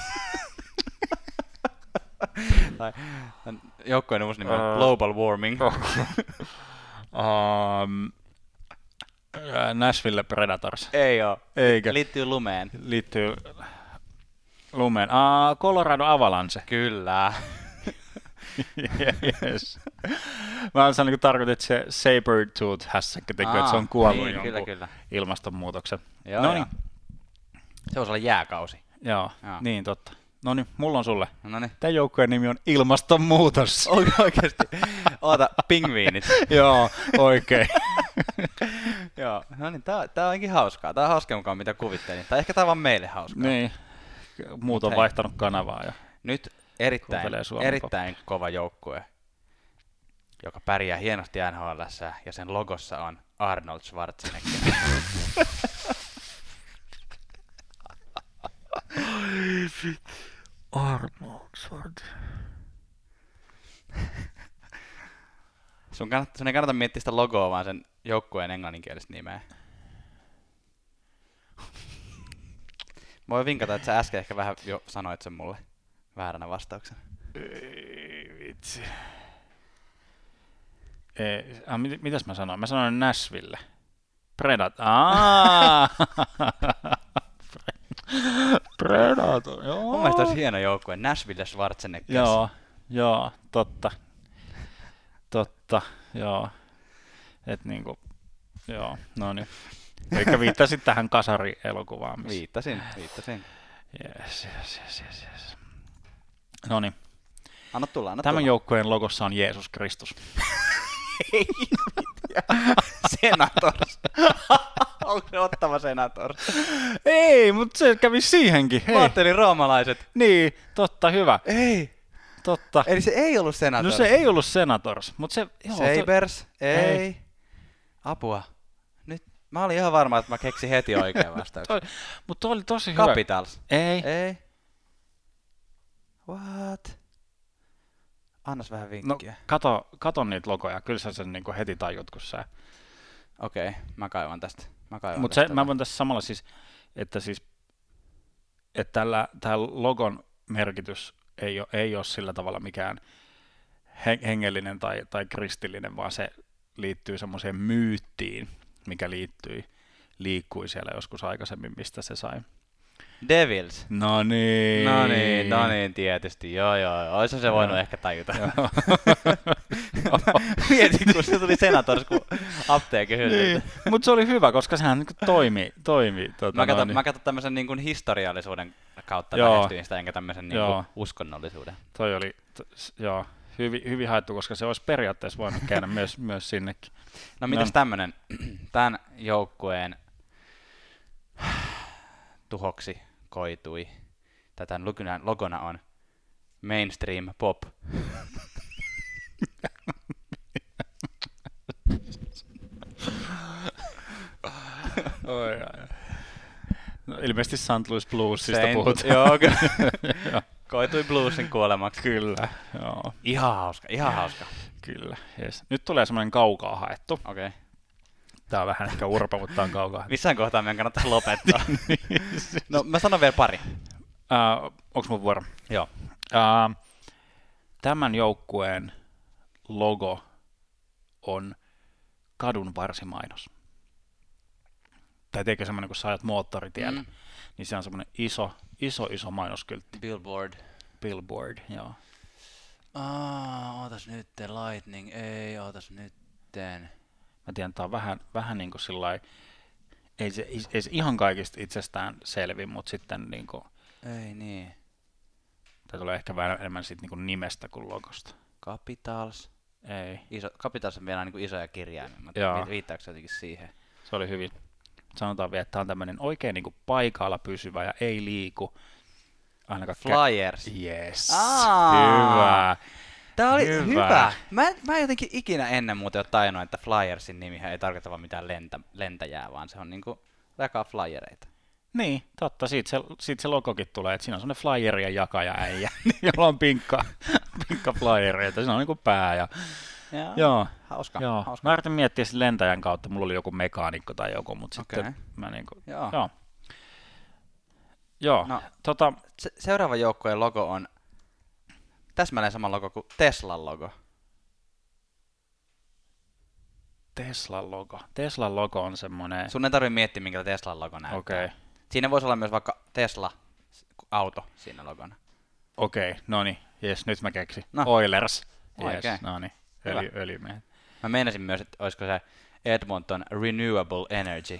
A: Tai joukkueen uusi nimi on Global Warming.
B: Nashville Predators.
A: Ei oo.
B: Eikä.
A: Liittyy lumeen.
B: Liittyy lumeen. Colorado Avalanche.
A: Kyllä.
B: Yes. Mä olen sanonut, kun tarkoitit se Sabertooth-hässäkkä tekee, että se on kuollut
A: niin,
B: jonkun
A: kyllä.
B: ilmastonmuutoksen.
A: Joo, niin. Se voisi olla jääkausi.
B: Joo, niin totta. Noniin, mulla on sulle.
A: Noniin.
B: Tämän joukkueen nimi on Ilmastonmuutos.
A: Oikeasti. Oota, pingviinit.
B: Joo, oikein.
A: Joo, no niin, tää onkin hauskaa. Tää on hauskaa mukaan, mitä kuvittelin. Tai ehkä tää on vaan meille hauskaa.
B: Niin, muut on vaihtanut kanavaa. Ja
A: nyt erittäin kova joukkue, joka pärjää hienosti NHL:ssä ja sen logossa on Arnold Schwarzenegger.
B: Arnold Schwarzenegger.
A: Sun ei kannata miettiä sitä logoa, vaan sen joukkueen englanninkielistä nimeä. Voi vinkata, että sä äsken ehkä vähän jo sanoit sen mulle vääränä vastauksen.
B: Ei vitsi. Mitäs mä sanoin? Mä sanoin Nashville. Predator, joo.
A: Mun mielestä olisi hieno joukkue, Nashville Schwarzenegger.
B: Joo, totta, joo. Et niinku, joo, no niin. Eikä viittasit tähän kasari-elokuvaan.
A: Viittasin.
B: Yes. No niin.
A: Anna tulla.
B: Tämän joukkueen logossa on Jeesus Kristus.
A: Ei Senators. Onko se Ottava Senators?
B: Ei, mutta se kävi siihenkin.
A: Mä ajattelin roomalaiset.
B: Niin, totta, hyvä.
A: Ei.
B: Totta.
A: Eli se ei ollut Senators.
B: No se ei ollut Senators, mutta se... Joo,
A: Sabres? Ei. Apua. Nyt mä olin ihan varma, että mä keksin heti oikean vastauksen.
B: Mutta oli tosi hyvä.
A: Capitals?
B: Ei.
A: What? Annas vähän vinkkiä.
B: No, kato niitä logoja. Kyllä sä sen niinku heti tajut, kun sä...
A: Okei, mä kaivan tästä.
B: Mutta mä voin tässä samalla siis, että tää logon merkitys ei ole sillä tavalla mikään hengellinen tai kristillinen, vaan se liittyy semmoiseen myyttiin, mikä liikkui siellä joskus aikaisemmin, mistä se sai.
A: Devils.
B: No niin,
A: tietysti. Joo. Ois se voinut ehkä tajuta. Mietin, kun se tuli Senators, kun apteekin hyllyltä.
B: Niin. Mutta se oli hyvä, koska sehän niinku toimi.
A: Mä katson tämmöisen niin kuin historiallisuuden kautta lähestyin sitä, enkä tämmöisen niin kuin uskonnollisuuden.
B: Toi oli, hyvin haettu, koska se olisi periaatteessa voinut käydä myös sinnekin.
A: No mitäs tämmönen, tämän joukkueen tuhoksi koitui, tämän logona on mainstream pop.
B: No, ilmeisesti St. Louis Bluesista puhutaan.
A: Joo, koitui bluesin kuolemaksi.
B: Kyllä, joo.
A: Ihan hauska.
B: Kyllä, yes. Nyt tulee semmoinen kaukaa haettu.
A: Okei.
B: Tää on vähän ehkä urpa, mutta tää on kaukaa.
A: Missään kohtaa meidän kannattaisi lopettaa. No mä sanon vielä pari.
B: Onks mun vuoro?
A: Joo.
B: Tämän joukkueen logo on kadunvarsimainos. Tai teikö semmoinen, kun sä ajat moottoritiellä, niin se on semmoinen iso mainoskyltti. Billboard, joo.
A: Ootas nytten, Lightning, ootas nytten.
B: Mä tiedän, tää on vähän niin kuin sillai, ei se ihan kaikista itsestään selvi, mutta sitten niin kuin...
A: Ei niin.
B: Tää tulee ehkä vähän enemmän siitä niin kuin nimestä kuin logosta.
A: Capitals.
B: Ei.
A: Capitals on vielä niin kuin isoja kirjaimia. Viittaako se jotenkin siihen?
B: Se oli hyvin. Sanotaan vielä, että tää on tämmönen oikein niin kuin paikalla pysyvä ja ei liiku. Ainakaan
A: Flyers.
B: Yes. Hyvä.
A: Tää oli hyvä. Mä jotenkin ikinä ennen muuten ole tajunnut, että Flyersin nimihän ei tarkoita vaan mitään lentäjää, vaan se on niinku jakaa flyereita.
B: Niin, totta. Siitä se logokin tulee, että siinä on semmoinen flyerien jakaja äijä, jolla on pinkka flyereita. Siinä on niinku pää ja... Joo.
A: Hauska.
B: Mä yritin miettiä sen lentäjän kautta, mulla oli joku mekaanikko tai joku, mutta sitten mä niinku... Joo.
A: No, seuraava joukkueen logo on täsmälleen sama logo kuin Teslan logo.
B: Teslan logo on semmoinen...
A: Sun ei tarvitse miettiä, minkä Teslan logo näyttää.
B: Okei.
A: Siinä voisi olla myös vaikka Tesla-auto siinä logona.
B: Okei, no niin. Jes, nyt mä keksin.
A: No.
B: Oilers.
A: Oikein.
B: Yes, no niin. Öljymiehet.
A: Mä meinasin myös, että olisiko se Edmonton Renewable Energy.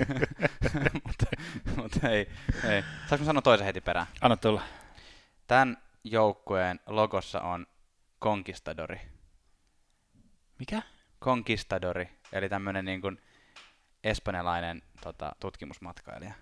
A: Mutta ei. Saanko mä sanoa toisen heti perään?
B: Anna tulla.
A: Tän joukkueen logossa on Conquistadori.
B: Mikä?
A: Conquistadori, eli tämmönen niin kuin espanjalainen tutkimusmatkailija.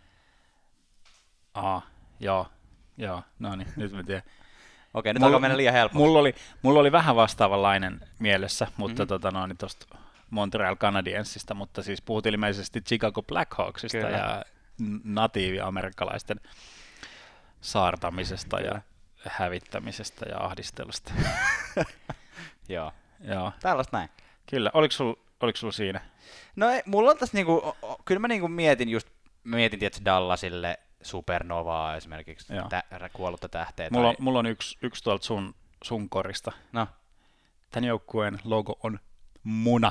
B: Joo, no niin, nyt mä tiedän.
A: Okei, nyt alkaa mennä liian helposti.
B: Mulla oli vähän vastaavanlainen mielessä, mutta tuosta Montreal Canadiensista, mutta siis puhut ilmeisesti Chicago Blackhawksista ja natiivi-amerikkalaisten saartamisesta ja hävittämisestä ja ahdistelusta.
A: Joo.
B: Joo,
A: Tällaista näin.
B: kyllä. Oliko sulla siinä?
A: No ei, mulla on tässä niinku, kyllä mä niinku mietin tietysti Dallasille Supernovaa esimerkiksi, kuollutta tähteä.
B: Mulla on yksi tuolta sun korista.
A: No.
B: Tän joukkueen logo on muna.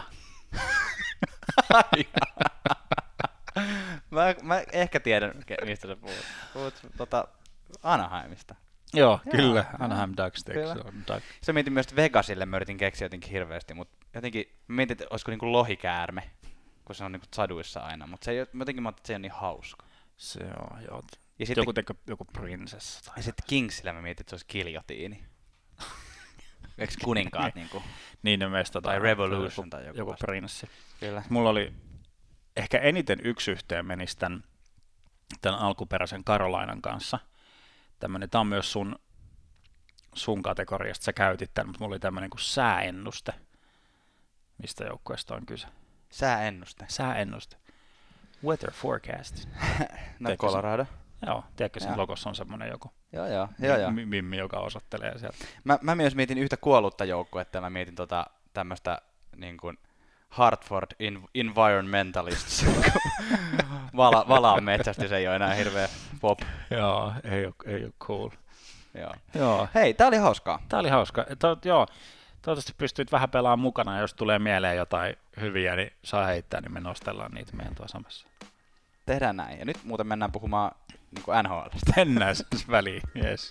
A: mä ehkä tiedän, mistä sä puhut. Puhut Anaheimista.
B: Joo, kyllä. Anaheim Ducks.
A: Se mietin myös Vegasille, mä yritin keksiä jotenkin hirveästi, mutta jotenkin mietin, että olisiko niinku lohikäärme, kun se on niinku saduissa aina, mutta jotenkin mä ajattelin, että se on niin hauska.
B: Se on, joo.
A: Ja sitten,
B: joku prinsessa.
A: Ja sitten Kingsillä mä mietin, että se olisi kiljotiini. Eikö kuninkaat niinku?
B: Niin ne meistä
A: tai Revolution tai
B: joku prinssi.
A: Kyllä.
B: Mulla oli ehkä eniten yksi yhteen menisi tämän alkuperäisen Carolinan kanssa. Tämä on myös sun kategoriasta, sä käytit tämän, mutta mulla oli tämmöinen kuin sääennuste. Mistä joukkueesta on kyse? Sääennuste. Weather forecast.
A: No Colorado.
B: Joo, tiedätkö sen logossa on semmoinen joku
A: Joo.
B: mimmi, joka osoittelee sieltä.
A: Mä myös mietin yhtä kuollutta joukkuetta, mä mietin tämmöistä niin kuin Hartford Environmentalists. Valaan metsästys ei ole enää hirveä pop.
B: Joo, ei ole cool.
A: Joo. Hei, tää oli hauskaa.
B: Joo, toivottavasti pystyt vähän pelaamaan mukana, ja jos tulee mieleen jotain hyviä, niin saa heittää, niin me nostellaan niitä meidän tuossa samassa.
A: Tehdään näin. Ja nyt muuten mennään puhumaan niin kuin NHL:stä.
B: Mennään siis väliin, yes.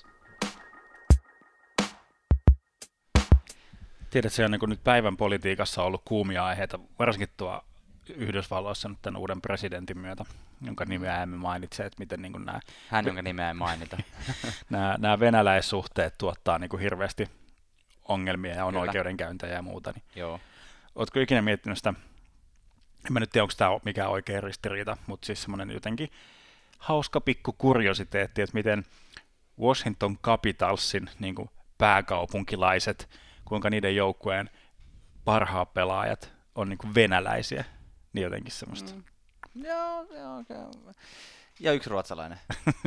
B: Tiedät, se on niin nyt päivän politiikassa ollut kuumia aiheita, varsinkin tuo Yhdysvalloissa nyt tämän uuden presidentin myötä, jonka nimeä emme mainitse, että miten niin nämä...
A: Hän, jonka nimeä ei mainita.
B: nämä venäläissuhteet tuottaa niin hirveästi ongelmia ja on
A: Kyllä.
B: oikeudenkäyntejä ja muuta. Niin.
A: Joo.
B: Ootko ikinä miettinyt sitä, en mä nyt tiedä, onko tämä mikään oikea ristiriita, mutta siis semmoinen jotenkin hauska pikku kuriositeetti, että miten Washington Capitalsin niin kuin pääkaupunkilaiset, kuinka niiden joukkueen parhaat pelaajat on niin kuin venäläisiä, niin jotenkin semmoista.
A: Joo. Ja yksi ruotsalainen.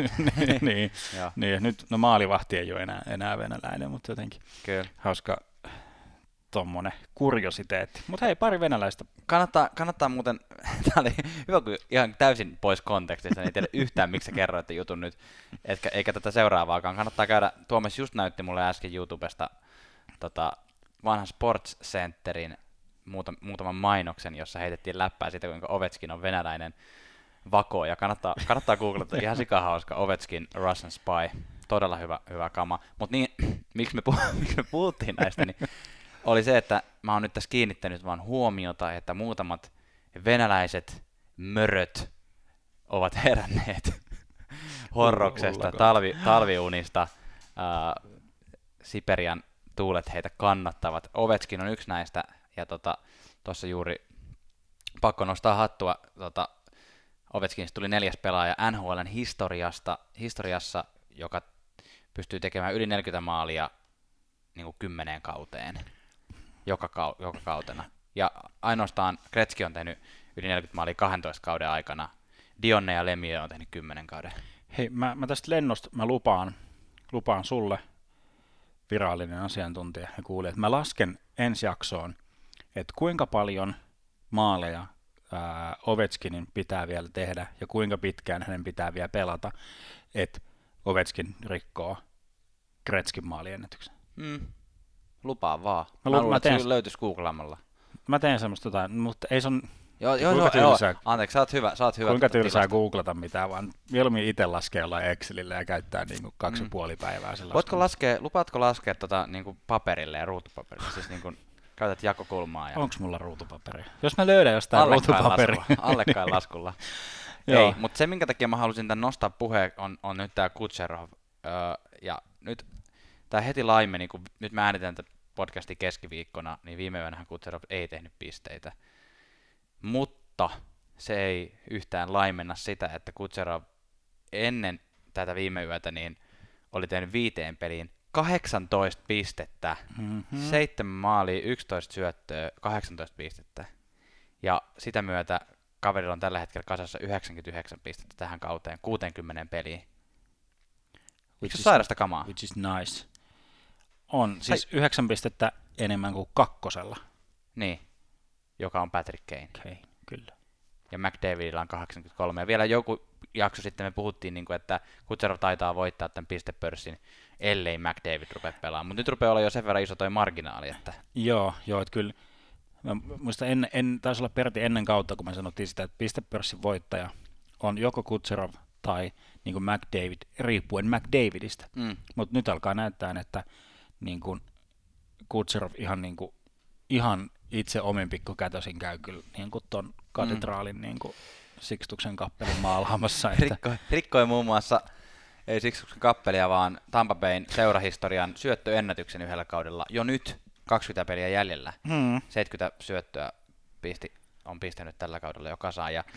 B: niin, nyt maalivahti ei ole enää venäläinen, mutta jotenkin
A: Kyllä.
B: hauska tommonen kuriositeetti. Mutta hei, pari venäläistä.
A: Kannattaa muuten, tämä oli hyvä, kun ihan täysin pois kontekstista, niin ei tiedä yhtään, miksi sä kerroitte jutun nyt, eikä tätä seuraavaakaan. Kannattaa käydä, Tuomas just näytti mulle äsken YouTubesta vanhan Sports Centerin muutaman mainoksen, jossa heitettiin läppää siitä, kuinka Ovechkin on venäläinen vako, ja kannattaa googlata, ihan sikahauska Ovechkin Russian Spy, todella hyvä kama. Mutta niin, miksi me puhuttiin näistä, niin oli se, että mä oon nyt tässä kiinnittänyt vaan huomiota, että muutamat venäläiset möröt ovat heränneet horroksesta, talviunista, Siperian tuulet heitä kannattavat. Ovechkin on yksi näistä, ja tuossa juuri pakko nostaa hattua, Ovechkinista tuli 4. pelaaja NHL:n historiassa, joka pystyy tekemään yli 40 maalia niin kuin 10 kauteen, joka kautena. Ja ainoastaan Gretzky on tehnyt yli 40 maalia 12 kauden aikana. Dionne ja Lemieux on tehnyt 10 kauden.
B: Hei, mä tästä lennosta lupaan sulle, virallinen asiantuntija ja kuulija, että mä lasken ensi jaksoon, että kuinka paljon maaleja Ovechkinin pitää vielä tehdä ja kuinka pitkään hänen pitää vielä pelata, että Ovechkin rikkoo Gretzkin maaliennätyksen.
A: Lupaa vaan. Mä luulen, että se löytyisi googlaamalla.
B: Mä teen semmoista jotain, mutta ei se on...
A: Joo. Anteeksi, sä oot hyvä.
B: Kuinka tylsää googlata mitään, vaan mieluummin itse laskee jollain Excelillä ja käyttää niinku 2,5 päivää sen
A: Lupaatko laskea niinku paperille ja ruutupaperille? Siis niinku käytät jakokulmaa.
B: Onko mulla ruutupaperia? Jos mä löydän jostain ruutupaperia.
A: Allekkain laskulla. Ei, mutta se minkä takia mä halusin tän nostaa puheen on nyt tää Kucherov. Ja nyt tää heti laimeni, kun nyt mä äänitän tätä podcastin keskiviikkona, niin viime yönähän Kucherov ei tehnyt pisteitä. Mutta se ei yhtään laimenna sitä, että Kucherov ennen tätä viime yötä niin oli tehnyt 5 peliin 18 pistettä, 7 maalia, 11 syöttöä, 18 pistettä. Ja sitä myötä kaverilla on tällä hetkellä kasassa 99 pistettä tähän kauteen, 60 peliin. Eikö se sairasta kamaa?
B: Which is nice. On siis 9 pistettä enemmän kuin kakkosella.
A: Niin, joka on Patrick Kane.
B: Okay, kyllä.
A: Ja McDavidilla on 83. Ja vielä joku jakso sitten me puhuttiin, niin kuin, että Kucherov taitaa voittaa tämän pistepörssin, ellei McDavid rupea pelaamaan. Mutta nyt rupeaa olla jo sen verran iso toi marginaali. Että...
B: Joo, että kyllä. Mä muistan, taisi olla Pertti ennen kautta, kun me sanottiin sitä, että pistepörssin voittaja on joko Kucherov tai niin kuin McDavid, riippuen McDavidistä. Mutta nyt alkaa näyttää, että niin kuin Kucherov ihan itse omin pikkukätösin käy kyllä niin kuin ton katedraalin niin kuin Sixtuksen kappelin maalaamassa.
A: Rikkoi muun muassa, ei Sixtuksen kappelia, vaan Tampa Bayn seurahistorian syöttöennätyksen yhdellä kaudella. Jo nyt 20 peliä jäljellä. 70 syöttöä on pistänyt tällä kaudella jo kasaan. Ja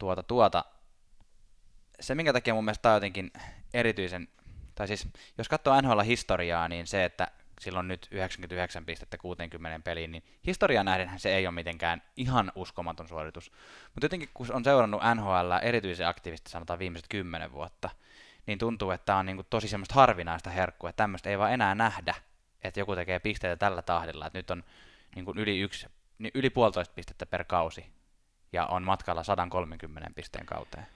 A: se, minkä takia mun mielestä tämä on jotenkin erityisen, tai siis jos katsoo NHL-historiaa, niin se, että silloin nyt 99 pistettä 60 peliin, niin historiaan nähdenhän se ei ole mitenkään ihan uskomaton suoritus. Mutta jotenkin kun on seurannut NHL erityisen aktiivisesti, sanotaan viimeiset 10 vuotta, niin tuntuu, että tämä on niinku tosi semmoista harvinaista herkkua, että tämmöistä ei vaan enää nähdä, että joku tekee pisteitä tällä tahdilla, että nyt on niinku yli 1,5 pistettä per kausi, ja on matkalla 130 pisteen kauteen.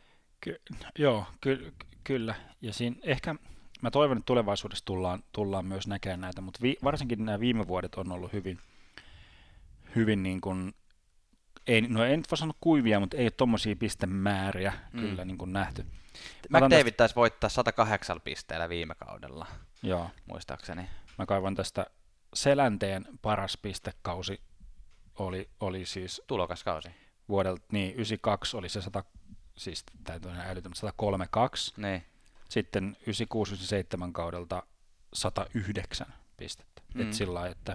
B: Kyllä. Ja siinä ehkä, mä toivon, että tulevaisuudessa tullaan myös näkemään näitä, mutta varsinkin nämä viime vuodet on ollut hyvin niin kuin, ei nyt voi sanoa kuivia, mutta ei ole tommosia pistemääriä kyllä niin kuin nähty.
A: McDavid taisi voittaa 108 pisteellä viime kaudella, muistaakseni. Mä
B: kaivan tästä Selänteen paras pistekausi oli siis
A: tulokaskausi.
B: Vuodelta, 92 oli se 132.
A: Niin.
B: Sitten 96-97 kaudelta 109 pistettä. Et sillä lailla, että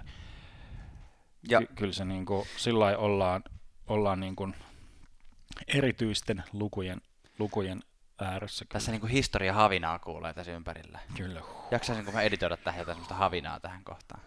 B: kyllä se niinku, sillä lailla ollaan niinku erityisten lukujen ääressä. Kyllä.
A: Tässä niinku historia havinaa kuulee tässä ympärillä.
B: Kyllä.
A: Jaksaisinko mä editoida tähän jotain sellaista havinaa tähän kohtaan?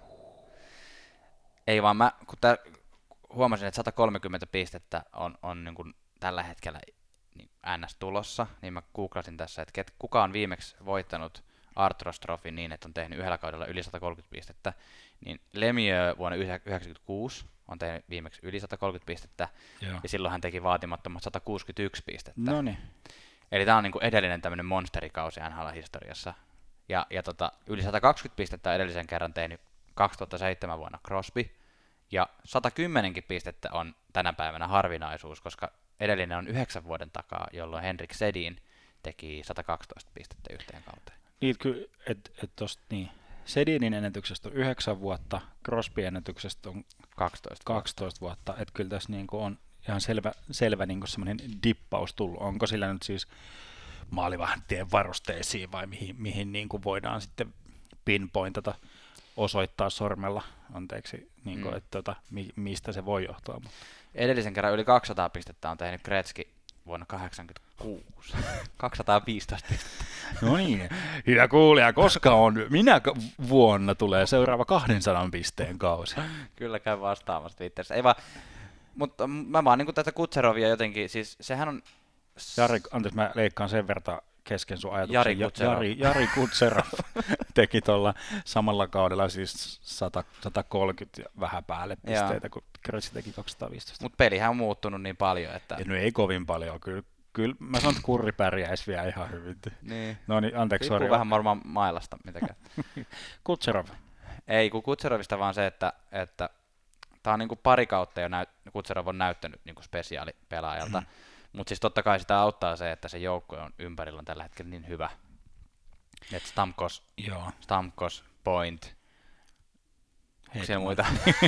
A: Ei vaan kun huomasin, että 130 pistettä on niin kuin tällä hetkellä niin NS tulossa, niin mä googlasin tässä, että kuka on viimeksi voittanut Artros Trophy niin, että on tehnyt yhdellä kaudella yli 130 pistettä, niin Lemieux vuonna 1996 on tehnyt viimeksi yli 130 pistettä, ja silloin hän teki vaatimattomat 161 pistettä.
B: Noniin.
A: Eli tämä on niin kuin edellinen tämmöinen monsterikausi NHL-historiassa. Ja yli 120 pistettä edellisen kerran tehnyt 2007 vuonna Crosby, ja 110 pistettä on tänä päivänä harvinaisuus, koska edellinen on 9 vuoden takaa, jolloin Henrik Sedin teki 112 pistettä yhteen kauteen.
B: Niin, niin. Sedinin ennätyksestä on 9 vuotta, Crosby ennätyksestä on 12 vuotta. Että kyllä tässä niinku on ihan selvä niinku semmoinen dippaus tullut. Onko sillä nyt siis maalivahtien varusteisiin vai mihin niinku voidaan sitten pinpointata, osoittaa sormella, anteeksi, niinku, että mistä se voi johtua. Mutta.
A: Edellisen kerran yli 200 pistettä on tehnyt Gretzky vuonna 1986. 215 pistettä.
B: No niin, hyvä kuulija, minä vuonna tulee seuraava 200 pisteen kausi?
A: Kyllä käy vastaamassa Twitterissä. Ei vaan, mutta mä vaan niin tätä Kutserovia jotenkin, siis sehän on...
B: Anteeksi, mä leikkaan sen verran kesken sun ajatuksen. Jari Kutserov teki tuolla samalla kaudella siis 130 ja vähän päälle pisteitä, kun Gretzky teki 215.
A: Mutta pelihän on muuttunut niin paljon, että...
B: No ei kovin paljon, kyllä mä sanon, että Kurri pärjäisi vielä ihan hyvin.
A: Niin.
B: No niin, anteeksi.
A: Riippuu vähän varmaan mailasta, mitäkään.
B: Kutserov.
A: Ei, kun Kutserovista vaan se, että tää on niinku pari kautta jo Kutserov on näyttänyt niinku spesiaalipelaajalta. Mutta siis totta kai sitä auttaa se, että se joukkue on ympärillä on tällä hetkellä niin hyvä. Että Stamkos, Point, onko siellä muita?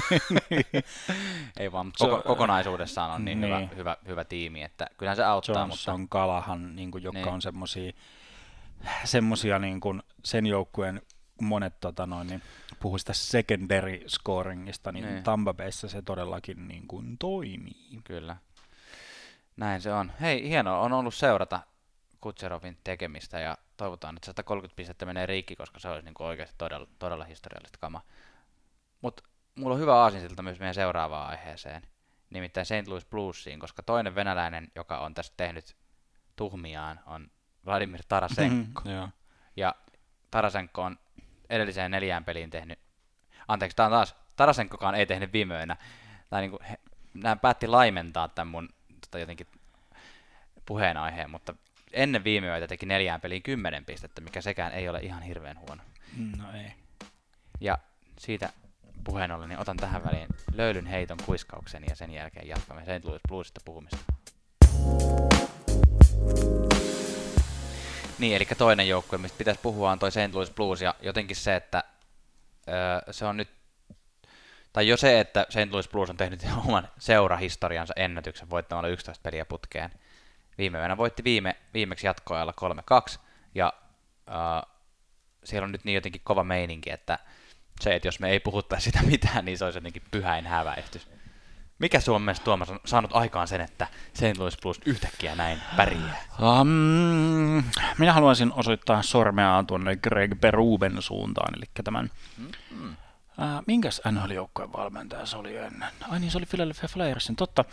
A: Ei vaan, mutta kokonaisuudessaan on niin hyvä tiimi, että kyllähän se auttaa.
B: Johnson, mutta... Kalahan, jotka on semmosia niin kuin sen joukkueen monet puhuu sitä secondary scoringista, niin Tampa Bayssä se todellakin niin kuin toimii.
A: Kyllä. Näin se on. Hei, hienoa on ollut seurata Kutserovin tekemistä ja toivotaan, että 130 pistettä menee rikki, koska se olisi niin kuin oikeasti todella historiallista kamaa. Mutta mulla on hyvä aasinsilta myös meidän seuraavaan aiheeseen, nimittäin St. Louis Bluesiin, koska toinen venäläinen, joka on tästä tehnyt tuhmiaan, on Vladimir Tarasenko. Ja Tarasenko on edelliseen 4 peliin tehnyt, anteeksi, tämä on taas, Tarasenkokaan ei tehnyt viime yönä, tai niin kuin, nämä päätti laimentaa tämän mun jotenkin puheenaiheen, mutta ennen viime yötä teki 4 peliin 10 pistettä, mikä sekään ei ole ihan hirveän huono.
B: No ei.
A: Ja siitä puheen ollen, niin otan tähän väliin löylyn heiton kuiskauksen ja sen jälkeen jatkamme St. Louis Bluesista puhumista. Niin, eli toinen joukkue, mistä pitäisi puhua, on toi St. Louis Blues, ja jotenkin se, että se on nyt, tai jo se, että St. Louis Blues on tehnyt oman seurahistoriansa ennätyksen voittamalla 11 peliä putkeen. Viime yönä voitti viimeksi jatkoajalla 3-2, ja siellä on nyt niin jotenkin kova meininki, että se, että jos me ei puhuttaisi sitä mitään, niin se olisi jotenkin pyhäin häväistys. Mikä sun mielestä, Tuomas, on saanut aikaan sen, että St. Louis Blues yhtäkkiä näin pärjää?
B: Minä haluaisin osoittaa sormea tuonne Greg Beruben suuntaan, eli tämän... minkäs NHL-joukkojen valmentaja se oli ennen? Ai niin, se oli Philadelphia Flyersin, totta.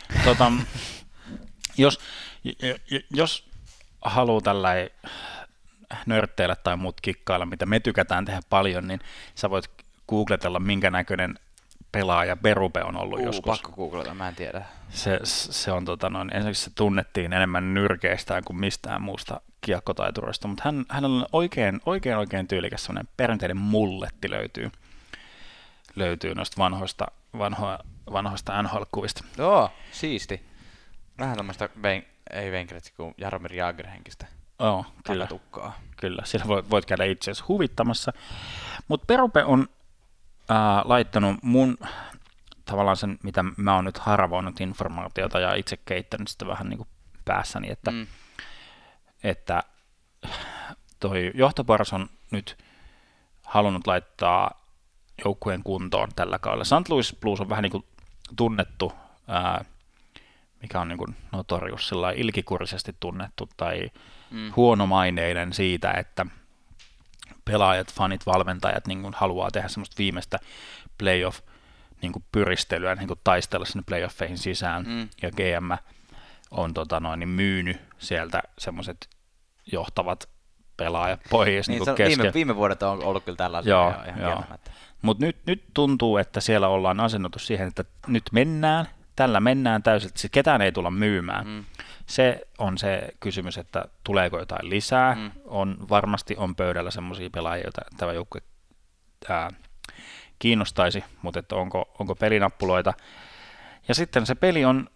B: Jos haluaa tällainen nörtteillä tai muut kikkailla, mitä me tykätään tehdä paljon, niin sä voit googletella, minkä näköinen pelaaja Berube on ollut joskus.
A: Pakko googlata, mä en tiedä.
B: Se on ensinnäkin se tunnettiin enemmän nyrkeistään kuin mistään muusta kiekkotaiturista, mutta hänellä on oikein tyylikäs sellainen perinteinen mulletti löytyy noista vanhoista NHL-kuvista.
A: Joo, siisti. Vähän tämmöistä, ei Venkretsi kuin Jaromir Jagr-henkistä.
B: Joo, kyllä. Siellä voit käydä itse asiassa huvittamassa. Mutta Berube on laittanut mun tavallaan sen, mitä mä oon nyt haravoinut informaatiota ja itse keittänyt sitä vähän niin kuin päässäni, että toi johtoparas on nyt halunnut laittaa joukkueen kuntoon tällä kaudella. St. Louis Blues on vähän niin kuin tunnettu, mikä on niin kuin notorius, ilkikurisesti tunnettu tai huonomaineinen siitä, että pelaajat, fanit, valmentajat niin kuin haluaa tehdä semmoista viimeistä playoff niin kuin pyristelyä, niin kuin taistella sinne playoffeihin sisään, ja GM on niin myynyt sieltä semmoiset johtavat pelaajat pois niin kesken.
A: Viime vuodet on ollut kyllä tällaisia ihan kieltämättä.
B: Mutta nyt tuntuu, että siellä ollaan asennettu siihen, että nyt tällä mennään täysin, että ketään ei tulla myymään. Se on se kysymys, että tuleeko jotain lisää. Varmasti on pöydällä semmoisia pelaajia, joita tämä joukkue kiinnostaisi, mutta että onko pelinappuloita. Ja sitten se peli on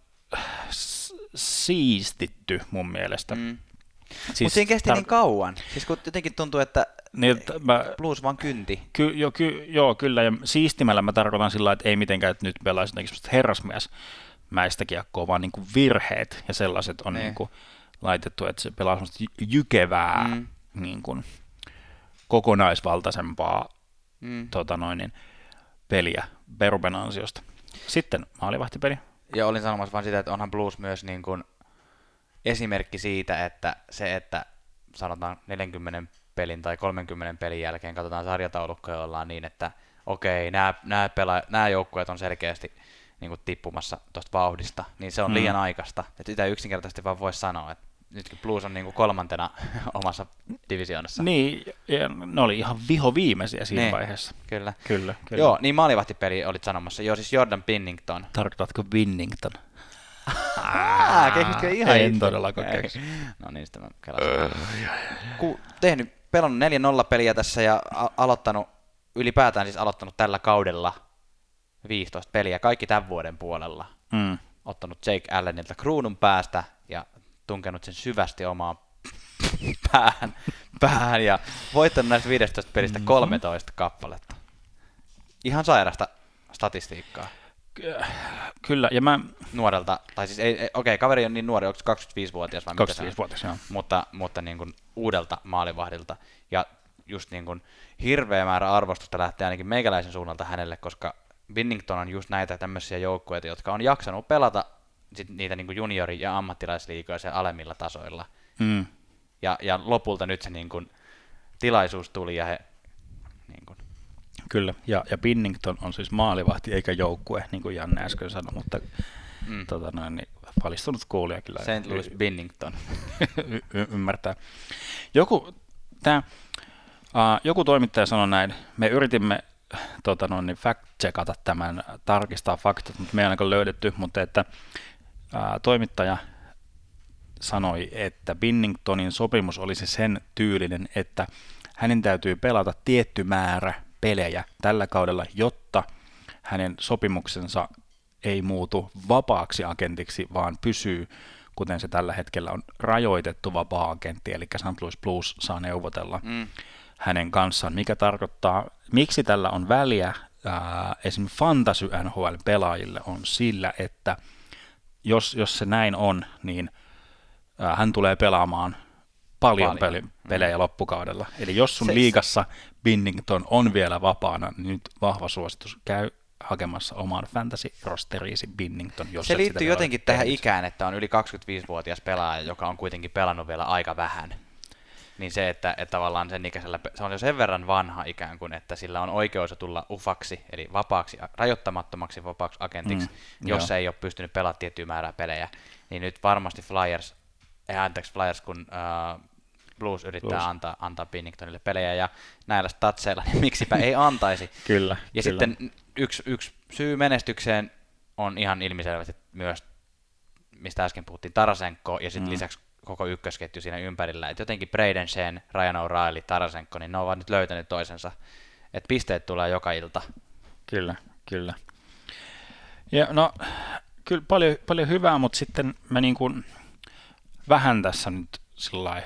B: siistitty mun mielestä.
A: Siis mutta siinä kesti niin kauan. Siis kun jotenkin tuntuu, että Blues vaan kynti.
B: Joo, kyllä. Ja siistimällä mä tarkoitan sillä, että ei mitenkään, että nyt pelaisi jotenkin semmoista herrasmiesmäistä kiekkoa, vaan niin kuin virheet ja sellaiset on niin kuin laitettu, että se pelaa semmoista jykevää, niin kuin kokonaisvaltaisempaa peliä Beruben ansiosta. Sitten maalivahtipeli.
A: Ja olin sanomassa vaan sitä, että onhan Blues myös niin kuin esimerkki siitä, että se, että sanotaan 40 pelin tai 30 pelin jälkeen katsotaan sarjataulukkoja, ollaan niin, että okei, nämä joukkueet on selkeästi niin kuin tippumassa tuosta vauhdista, niin se on liian aikaista. Että sitä yksinkertaisesti vaan voisi sanoa, että nyt Blues on niin kuin 3. omassa divisioonassa.
B: Niin, ja ne oli ihan vihoviimeisiä siinä vaiheessa. Kyllä.
A: Joo, niin maalivahtipeli olit sanomassa. Joo, siis Jordan Binnington.
B: Tarkoitatko Binnington?
A: Keksitkö ihan
B: en todellakaan keksi.
A: No niin, sitä mä kelasin. Pelannut 4-0 peliä tässä ja ylipäätään aloittanut tällä kaudella 15 peliä, kaikki tämän vuoden puolella. Ottanut Jake Allenilta kruunun päästä ja tunkenut sen syvästi omaan päähän ja voittanut näistä 15 pelistä 13 kappaletta. Ihan sairasta statistiikkaa.
B: Kyllä, ja
A: nuorelta, tai siis okei, kaveri on niin nuori, onko 25-vuotias vai
B: 25-vuotias, joo.
A: Mutta niin kuin uudelta maalivahdilta, ja just niin kuin hirveä määrä arvostusta lähtee ainakin meikäläisen suunnalta hänelle, koska Binnington on just näitä tämmöisiä joukkueita, jotka on jaksanut pelata niitä niin kuin juniori- ja ammattilaisliigoja siellä alemmilla tasoilla. Ja lopulta nyt se niin kuin tilaisuus tuli, ja he niin kuin
B: kyllä, ja Binnington on siis maalivahti eikä joukkue, niin kuin Janne äsken sanoi, mutta niin valistunut kuulija kyllä.
A: St. Louis Binnington.
B: Ymmärtää. Joku toimittaja sanoi näin, me yritimme fact-checkata tämän, tarkistaa faktat, mutta me ei ainakaan löydetty, mutta että toimittaja sanoi, että Binningtonin sopimus olisi sen tyylinen, että hänen täytyy pelata tietty määrä pelejä tällä kaudella, jotta hänen sopimuksensa ei muutu vapaaksi agentiksi, vaan pysyy, kuten se tällä hetkellä on, rajoitettu vapaa-agentti, eli St. Louis Blues saa neuvotella hänen kanssaan, mikä tarkoittaa, miksi tällä on väliä esimerkiksi Fantasy NHL-pelaajille on sillä, että jos se näin on, niin hän tulee pelaamaan paljon pelejä loppukaudella. Eli jos sun liigassa Binnington on vielä vapaana, niin nyt vahva suositus, käy hakemassa omaan fantasy-rosteriisi Binnington. Jos
A: se liittyy jotenkin tähän ikään, että on yli 25-vuotias pelaaja, joka on kuitenkin pelannut vielä aika vähän. Niin se, että tavallaan sen ikäisellä, se on jo sen verran vanha ikään kuin, että sillä on oikeus tulla ufaksi, eli vapaaksi, rajoittamattomaksi vapaaksi agentiksi, jos se ei ole pystynyt pelaamaan tiettyä määrää pelejä. Niin nyt varmasti Flyers, kun Blues yrittää antaa Binningtonille pelejä, ja näillä statseilla, niin miksipä ei antaisi.
B: Kyllä.
A: Ja sitten yksi syy menestykseen on ihan ilmiselvästi myös, mistä äsken puhuttiin, Tarasenko, ja sitten lisäksi koko ykkösketju siinä ympärillä. Et jotenkin Braden Shen, Ryan O'Reilly, Tarasenko, niin ne ovat nyt löytäneet toisensa. Et pisteet tulee joka ilta.
B: Kyllä. Ja no, kyllä paljon hyvää, mutta sitten mä niin kuin vähän tässä nyt sillai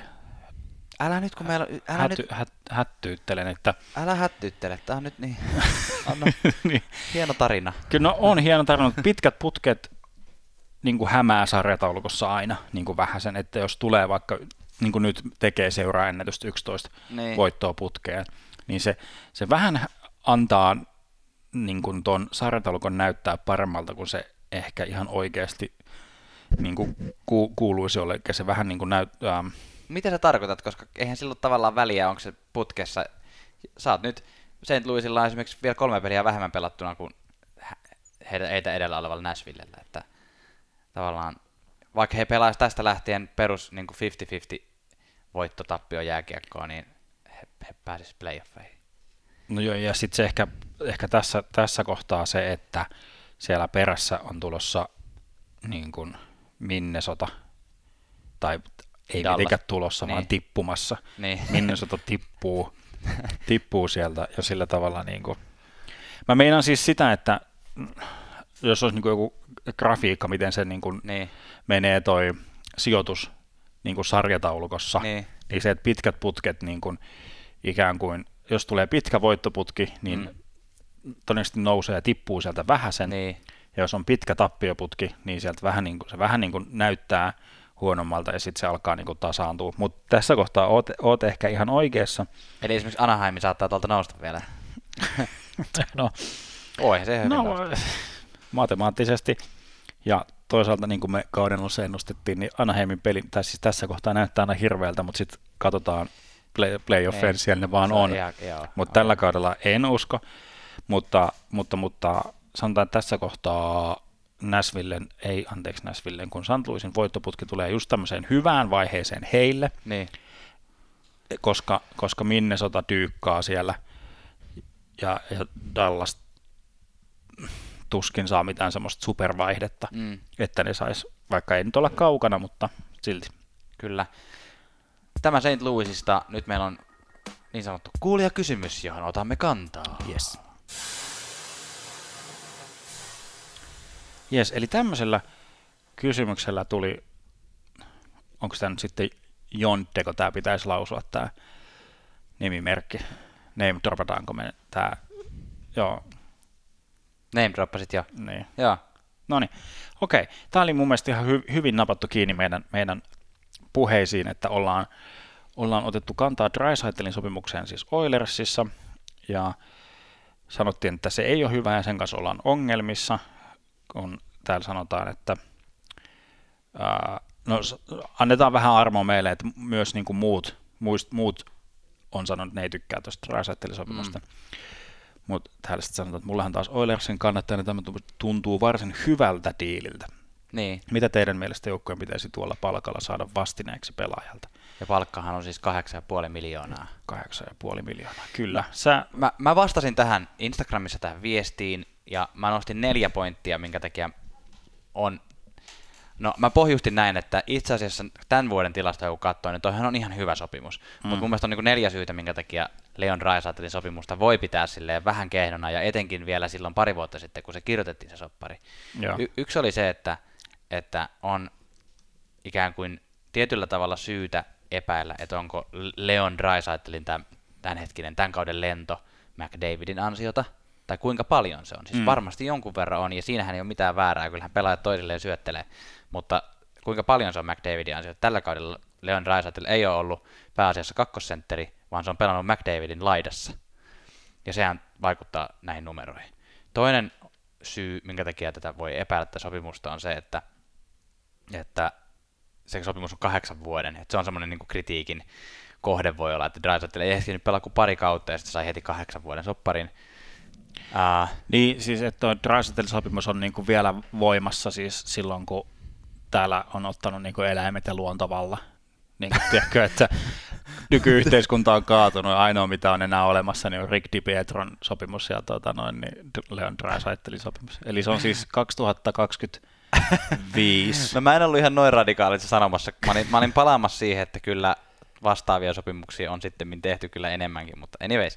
B: hättyyttelen, että
A: älä hättyyttele, tää on nyt niin, niin. Hieno tarina.
B: Kyllä no, on hieno tarina, mutta pitkät putket niin kuin hämää sarjataulukossa aina niin kuin vähäsen, että jos tulee vaikka, niin kuin nyt tekee seuraa ennätystä 11 voittoa putkeen, niin se vähän antaa niin kuin tuon sarjataulukon näyttää paremmalta kuin se ehkä ihan oikeasti niin kuin kuuluisi olla, eli se vähän niin kuin näyttää.
A: Mitä sä tarkoitat, koska eihän sillä ole tavallaan väliä, onko se putkessa, sä oot nyt St. Louisilla esimerkiksi vielä 3 peliä vähemmän pelattuna kuin heitä edellä olevalla Nashvillellä, että tavallaan, vaikka he pelaisivat tästä lähtien perus niin kuin 50-50 voittotappio jääkiekkoa, niin he pääsisivät playoffeihin.
B: No joo, ja sitten se ehkä tässä kohtaa se, että siellä perässä on tulossa niin kuin Minnesota, tai ei mitenkään tulossa, vaan tippumassa. Niin. Minnesota tippuu sieltä jo sillä tavalla. Niin kuin. Mä meinaan siis sitä, että jos olisi niin kuin joku grafiikka, miten se niin kuin menee toi sijoitus niin kuin sarjataulukossa, niin se, että pitkät putket niin kuin, ikään kuin, jos tulee pitkä voittoputki, niin todennäköisesti nousee ja tippuu sieltä vähäsen, ja jos on pitkä tappioputki, niin sieltä se vähän niin kuin näyttää huonommalta, ja sitten se alkaa niin kuin tasaantua. Mutta tässä kohtaa oot ehkä ihan oikeassa.
A: Eli esimerkiksi Anaheim saattaa tuolta nousta vielä.
B: No,
A: se hyvin nousta.
B: Matemaattisesti, ja toisaalta niin kuin me kauden alussa ennustettiin, niin Anaheimin peli, siis tässä kohtaa näyttää aina hirveältä, mutta sitten katsotaan playoffeen, siellä ne vaan on. Mutta tällä kaudella en usko, mutta sanotaan, että tässä kohtaa Nashvillen, kun St. Louisin voittoputki tulee just tämmöiseen hyvään vaiheeseen heille, koska Minnesota dyykkaa siellä, ja Dallas tuskin saa mitään semmoista supervaihdetta, että ne sais, vaikka ei nyt olla kaukana, mutta silti.
A: Kyllä. Tämä St. Louisista, nyt meillä on niin sanottu kuulijakysymys, johon otamme kantaa.
B: Yes, eli tämmöisellä kysymyksellä tuli, onko tämä nyt sitten Jonte, kun tämä pitäisi lausua tämä nimimerkki, name dropataanko me tämä, joo.
A: Name droppasit jo.
B: Niin.
A: Joo.
B: Noniin, okei. Tämä oli mun mielestä ihan hyvin napattu kiinni meidän puheisiin, että ollaan otettu kantaa Draisaitlin sopimukseen siis Oilersissa, ja sanottiin, että se ei ole hyvä ja sen kanssa ollaan ongelmissa, kun täällä sanotaan, että annetaan vähän armoa meille, että myös niin kuin muut on sanonut, että ne ei tykkää tuosta Draisaitlin sopimusta. Mutta täällä sitten sanotaan, että mullahan taas Oilersin kannattajana tämä tuntuu varsin hyvältä diililtä.
A: Niin.
B: Mitä teidän mielestä joukkojen pitäisi tuolla palkalla saada vastineeksi pelaajalta?
A: Ja palkkahan on siis 8,5 miljoonaa.
B: 8,5 miljoonaa, kyllä.
A: Mä vastasin tähän Instagramissa tähän viestiin, ja mä nostin 4 pointtia, minkä takia on... No, mä pohjustin näin, että itse asiassa tämän vuoden tilastoja kun katsoin, niin toihan on ihan hyvä sopimus. Mutta mun mielestä on niin kuin 4 syytä, minkä takia Leon Draisaitlin sopimusta voi pitää silleen vähän kehnona, ja etenkin vielä silloin pari vuotta sitten, kun se kirjoitettiin se soppari. Yksi oli se, että on ikään kuin tietyllä tavalla syytä epäillä, että onko Leon Draisaitlin tämän kauden lento McDavidin ansiota, tai kuinka paljon se on. Siis varmasti jonkun verran on, ja siinähän ei ole mitään väärää, kyllähän pelaajat toisilleen syöttelee, mutta kuinka paljon se on McDavidin ansiota. Tällä kaudella Leon Draisaitl ei ole ollut pääasiassa kakkosentteri, vaan se on pelannut McDavidin laidassa, ja sehän vaikuttaa näihin numeroihin. Toinen syy, minkä takia tätä voi epäillä tätä sopimusta, on se, että se sopimus on 8 vuoden, että se on semmoinen niin kuin kritiikin kohde voi olla, että Draisaitl ei ehtinyt pelaa kuin pari kautta ja sitten sai heti 8 vuoden sopparin.
B: Niin, siis että tuo Draisaitl-sopimus on niin kuin vielä voimassa siis silloin, kun täällä on ottanut niin kuin eläimet ja luontovalla. Niin kuin, tiedätkö, että nykyyhteiskunta on kaatunut ja ainoa mitä on enää olemassa niin on Rick DiPietron sopimus ja niin Leon Draisaitlin sopimus. Eli se on siis 2025.
A: No mä en ollut ihan noin radikaalissa sanomassa. Mä olin palaamassa siihen, että kyllä vastaavia sopimuksia on sitten tehty kyllä enemmänkin, mutta anyways.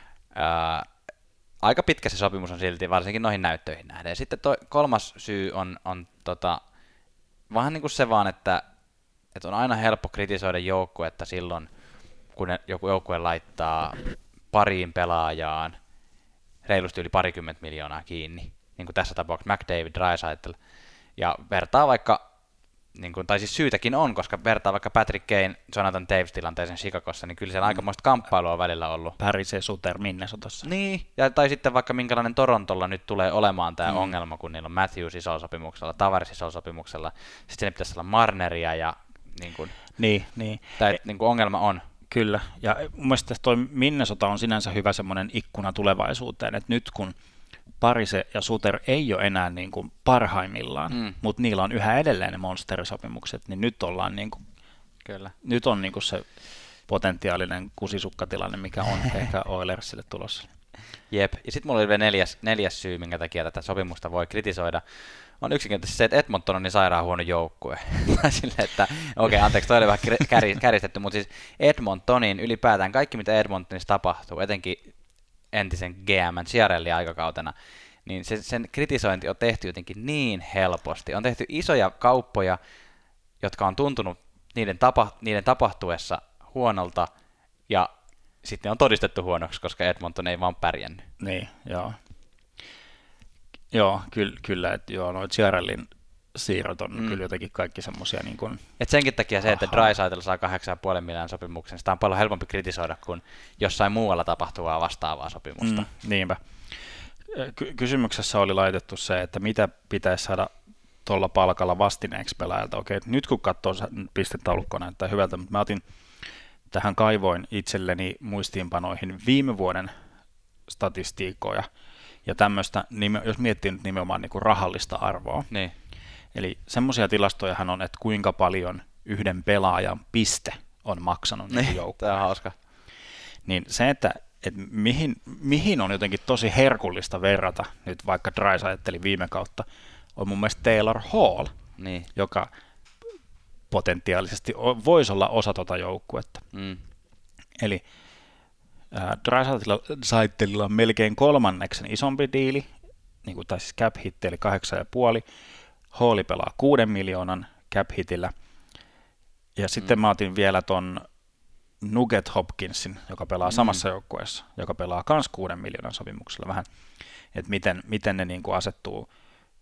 A: Aika pitkä se sopimus on silti, varsinkin noihin näyttöihin nähden. Ja sitten kolmas syy on vähän niin kuin se vaan, että on aina helppo kritisoida joukkuetta silloin, kun joku joukkue laittaa pariin pelaajaan reilusti yli 20 miljoonaa kiinni, niin kuin tässä tapauksessa McDavid, Draisaitl, ja vertaa vaikka, niin kuin, tai siis syytäkin on, koska vertaa vaikka Patrick Kane, Jonathan Taves tilanteeseen Chicagossa, niin kyllä siellä aikamoista kamppailua on välillä ollut.
B: Paris ja Suter Minnesotassa.
A: Niin, tai sitten vaikka minkälainen Torontolla nyt tulee olemaan tämä ongelma, kun niillä on Matthews isolla sopimuksella, Tavares isolla sopimuksella, sitten siinä pitäisi olla Marneria ja niin kuin, tämä niin kuin ongelma on.
B: Kyllä, ja mun mielestä toi Minnesota on sinänsä hyvä semmoinen ikkuna tulevaisuuteen, että nyt kun Parise ja Suter ei ole enää niin kuin parhaimmillaan, mutta niillä on yhä edelleen ne monsterisopimukset, niin nyt ollaan niin kuin,
A: kyllä.
B: Nyt on niin kuin se potentiaalinen kusisukkatilanne, mikä on ehkä Oilersille tulossa.
A: Jep, ja sitten mulla oli vielä neljäs syy, minkä takia tätä sopimusta voi kritisoida, on yksinkertaisesti se, että Edmonton on niin sairaan huono joukkue. Silleen, että anteeksi, toi oli vähän kärjistetty, mutta siis Edmontonin ylipäätään kaikki, mitä Edmontonissa tapahtuu, etenkin entisen GM:n Chiarellin aikakautena, niin sen kritisointi on tehty jotenkin niin helposti. On tehty isoja kauppoja, jotka on tuntunut niiden tapahtuessa huonolta, ja sitten on todistettu huonoksi, koska Edmonton ei vaan pärjännyt.
B: Niin, joo. Joo, kyllä, että joo, no Chiarellin siirrot on kyllä jotenkin kaikki semmoisia niin kuin...
A: Et senkin takia se, että Draisaitl saa 8,5 miljoonan sopimuksen, sitä on paljon helpompi kritisoida kuin jossain muualla tapahtuvaa vastaavaa sopimusta.
B: Niinpä. Kysymyksessä oli laitettu se, että mitä pitäisi saada tuolla palkalla vastineeksi pelaajalta. Okei, nyt kun katsoo pistetaulukkoa näyttää hyvältä, mutta mä kaivoin itselleni muistiinpanoihin viime vuoden statistiikkoja ja tämmöistä, jos miettii nyt nimenomaan niin kuin rahallista arvoa.
A: Niin.
B: Eli semmoisia tilastojahan on, että kuinka paljon yhden pelaajan piste on maksanut niin joukkueen.
A: Tämä on hauska.
B: Niin se, että mihin on jotenkin tosi herkullista verrata, nyt vaikka Draisaitlin viime kautta, on mun mielestä Taylor Hall, joka potentiaalisesti voisi olla osa tuota joukkuetta. Eli Draisaitlilla on melkein 3 isompi diili, niin kuin taisi cap hitti, eli 8,5. Halli pelaa 6 miljoonan cap hitillä. Ja sitten mä otin vielä ton Nugget Hopkinsin, joka pelaa samassa joukkueessa, joka pelaa kans 6 miljoonan sopimuksella vähän, että miten ne niin kuin asettuu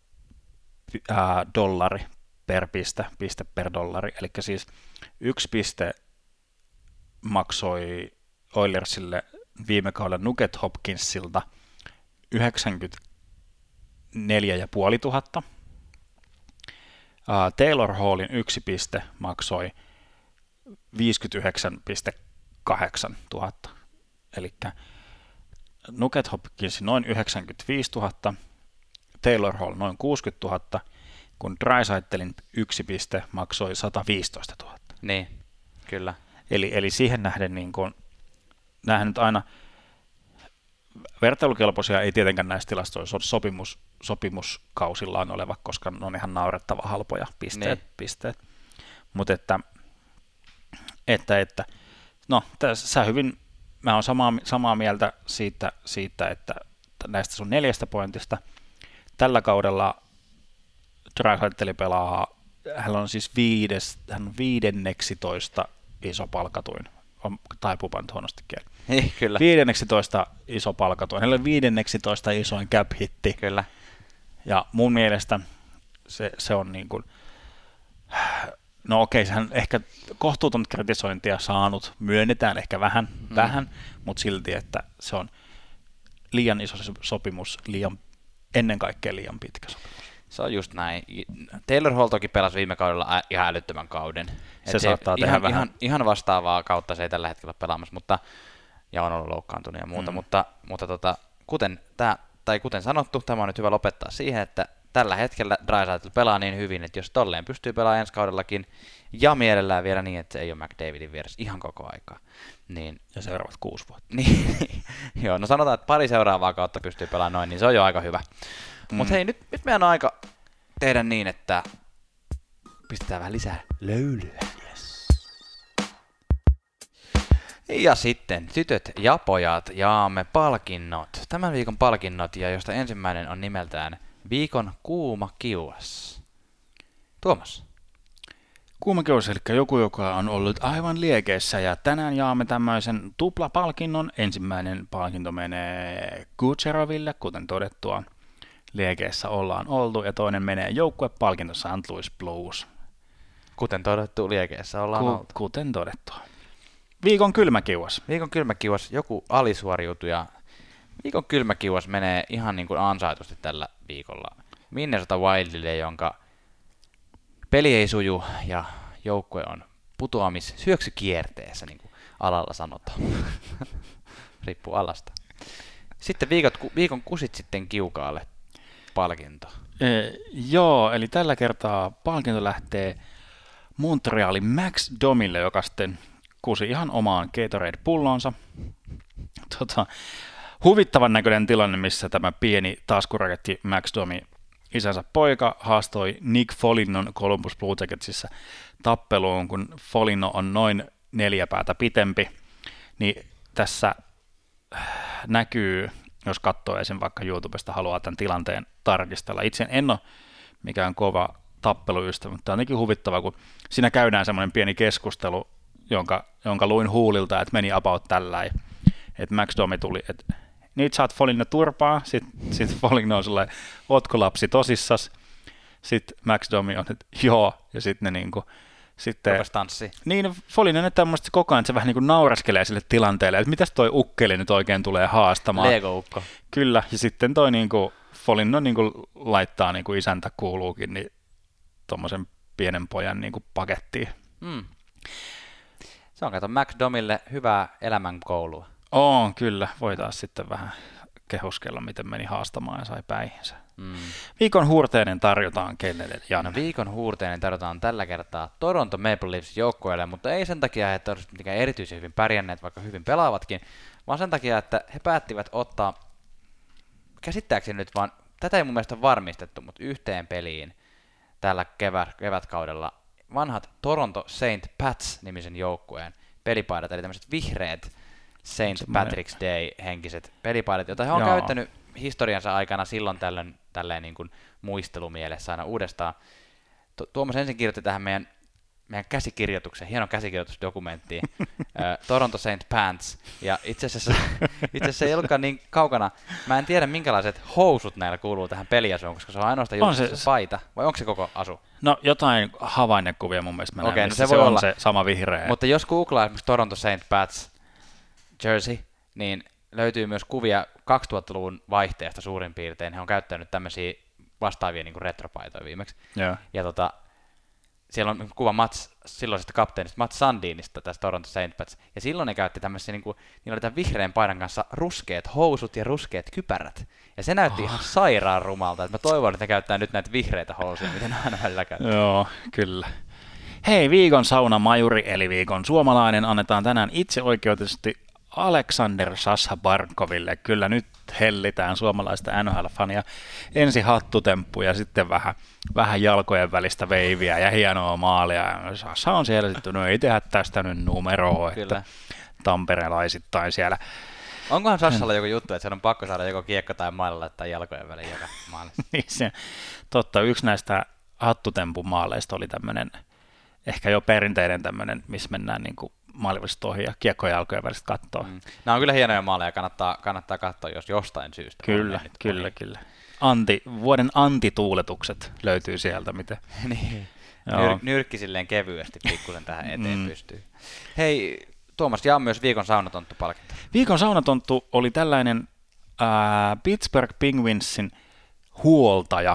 B: dollari per piste per dollari. Eli siis 1 piste maksoi Oilersille viime kaudella Nugget Hopkinsilta 94,500. Taylor Hallin 1 piste maksoi 59,800. Eli Nugget Hopkins noin 95 000, Taylor Hall noin 60 000, kun Draisaitlin 1 piste maksoi 115 000.
A: Niin. Kyllä.
B: Eli siihen nähden niin kuin, näähän nyt aina vertailukelpoisia ei tietenkään näissä tilastoissa ole sopimuskausillaan oleva, koska ne on ihan naurettava halpoja pisteet. Mutta no tässä hyvin, mä oon samaa mieltä siitä, että näistä sun 4 pointista tällä kaudella Draisaitl pelaa, hän on siis 15 iso palkatuin, taipuupa nyt huonosti kieli.
A: Kyllä.
B: 15 iso palkatuin, hänellä on 15 isoin cap-hitti.
A: Kyllä.
B: Ja mun mielestä se on niin kuin, no okei, sehän ehkä kohtuuton kritisointia saanut, myönnetään ehkä vähän, mutta silti, että se on liian iso sopimus, ennen kaikkea liian pitkä sopimus.
A: Se on just näin. Taylor Hall toki pelasi viime kaudella ihan älyttömän kauden.
B: Se saattaa tehdä vähän.
A: Ihan vastaavaa kautta se ei tällä hetkellä pelaamassa, ja on ollut loukkaantunut ja muuta, mutta kuten sanottu, tämä on nyt hyvä lopettaa siihen, että tällä hetkellä Draisaitl pelaa niin hyvin, että jos tolleen pystyy pelaamaan ensi kaudellakin, ja mielellään vielä niin, että se ei ole McDavidin vieressä ihan koko aikaa. Niin,
B: ja seuraavat 6 vuotta.
A: Niin, joo, no sanotaan, että pari seuraavaa kautta pystyy pelaamaan noin, niin se on jo aika hyvä. Mutta hei, nyt meidän on aika tehdä niin, että pistetään vähän lisää löylyä. Yes. Ja sitten tytöt ja pojat jaamme palkinnot. Tämän viikon palkinnot, ja josta ensimmäinen on nimeltään viikon kuuma kiuas. Tuomas.
B: Kuuma kiuas, eli joku, joka on ollut aivan liekeissä, ja tänään jaamme tämmöisen tuplapalkinnon. Ensimmäinen palkinto menee Kucheroville, kuten todettua. Liekeissä ollaan oltu, ja toinen menee joukkuepalkinto St. Louis Blues.
A: Kuten todettu, liekeissä ollaan oltu.
B: Kuten todettua. Viikon kylmäkiuas.
A: Viikon kylmäkiuas, joku alisuoriutuja. Viikon kylmäkiuas menee ihan niin kuin ansaitusti tällä viikolla Minnesota Wildille, jonka peli ei suju ja joukkue on syöksykierteessä, niin kuin alalla sanotaan. Riippuu alasta. Sitten viikon kusit sitten Kiukaalle palkinto.
B: Joo, eli tällä kertaa palkinto lähtee Montrealin Max Domille, joka sitten kusi ihan omaan Gatorade-pullonsa. Huvittavan näköinen tilanne, missä tämä pieni taskuraketti Max Domi, isänsä poika, haastoi Nick Folignon Columbus Blue Jacketsissa tappeluun, kun Foligno on noin 4 päätä pitempi. Niin tässä näkyy, jos katsoo esim. Vaikka YouTubesta, haluaa tämän tilanteen tarkistella. Itse en ole mikään kova tappeluystävä, mutta tämä on jotenkin huvittava, kun siinä käydään semmoinen pieni keskustelu, jonka luin huulilta, että meni about tälläin. Että Max Domi tuli, että nyt saat Foligno turpaa, sit Foligno on sellainen, ootko lapsi tosissas? Sitten Max Domi on, että joo, ja sitten ne niinku, sitten niin Foligno on tämmöistä koko ajan, että se vähän niinku nauraskelee sille tilanteelle, että mitäs toi ukkeli nyt oikein tulee haastamaan.
A: Lego-ukko.
B: Kyllä, ja sitten toi niinku, Foligno niinku laittaa niinku isäntä kuuluukin, niin tommosen pienen pojan niinku pakettiin.
A: Se on, kato, Max Domille hyvää elämänkoulua.
B: Kyllä, voi taas sitten vähän kehuskella, miten meni haastamaan ja sai päihinsä. Viikon huurteinen tarjotaan kenelle, Janne?
A: No, viikon huurteinen tarjotaan tällä kertaa Toronto Maple Leafs joukkueelle, mutta ei sen takia, että olisivat mitenkään erityisen hyvin pärjänneet, vaikka hyvin pelaavatkin, vaan sen takia, että he päättivät ottaa, käsittääkseni nyt vaan, tätä ei mun mielestä varmistettu, mutta yhteen peliin tällä kevätkaudella vanhat Toronto St. Pats-nimisen joukkueen pelipaidat, eli tämmöiset vihreät St. Patrick's Day-henkiset pelipaidat, joita he on käyttänyt historiansa aikana silloin tällöin tälleen niin kuin muistelumielessä aina uudestaan. Tuomas ensin kirjoitti tähän meidän käsikirjoitukseen, hienon käsikirjoitusdokumenttiin, Toronto St. Pants, ja itse asiassa ei ollutkaan niin kaukana. Mä en tiedä, minkälaiset housut näillä kuuluu tähän peliasuun, koska se on ainoastaan julkisessa se paita, vai onko se koko asu?
B: No jotain havainnekuvia mun mielestä mä näen,
A: no se
B: voi
A: olla
B: se sama vihreä.
A: Mutta jos googlaa esimerkiksi Toronto St. Pats jersey, niin löytyy myös kuvia 2000-luvun vaihteesta suurin piirtein. He on käyttänyt tämmöisiä vastaavia niin kuin retropaitoja viimeksi.
B: Yeah.
A: Ja siellä on kuva silloisesta kapteenista Mats Sundinista tästä Toronto St. Pats. Ja silloin ne käytti tämmöisiä, niin kuin, niillä oli tämän vihreän paidan kanssa ruskeat housut ja ruskeat kypärät. Ja se näytti ihan sairaan rumalta. Että mä toivon, että ne käyttää nyt näitä vihreitä housuja, miten ne aina välillä käyttää.
B: Joo, kyllä. Hei, viikon saunamajuri eli viikon suomalainen annetaan tänään itseoikeutetusti Aleksander Sasha Barkoville. Kyllä nyt hellitään suomalaista NHL-fania. Ensi hattutemppu ja sitten vähän jalkojen välistä veiviä ja hienoa maalia. Sasha on siellä sitten, no ei tehdä tästä nyt numeroa, että tamperelaisittain siellä.
A: Onkohan Sassalla joku juttu, että se on pakko saada joko kiekko tai mailla tai jalkojen väliin joka maalissa?
B: Niin se, totta, yksi näistä hattutempun maaleista oli tämmöinen, ehkä jo perinteinen tämmöinen, missä mennään niin kuin maalivallista ohi ja kiekko ja jalkojen välistä kattoa.
A: Nämä on kyllä hienoja maaleja, kannattaa katsoa, jos jostain syystä.
B: Kyllä. Vuoden antituuletukset löytyy sieltä, miten.
A: Niin. Nyrkki silleen kevyesti pikkusen tähän eteen pystyy. Hei, Tuomas, jaa myös viikon saunatonttu-palkinto.
B: Viikon saunatonttu oli tällainen Pittsburgh Penguinsin huoltaja,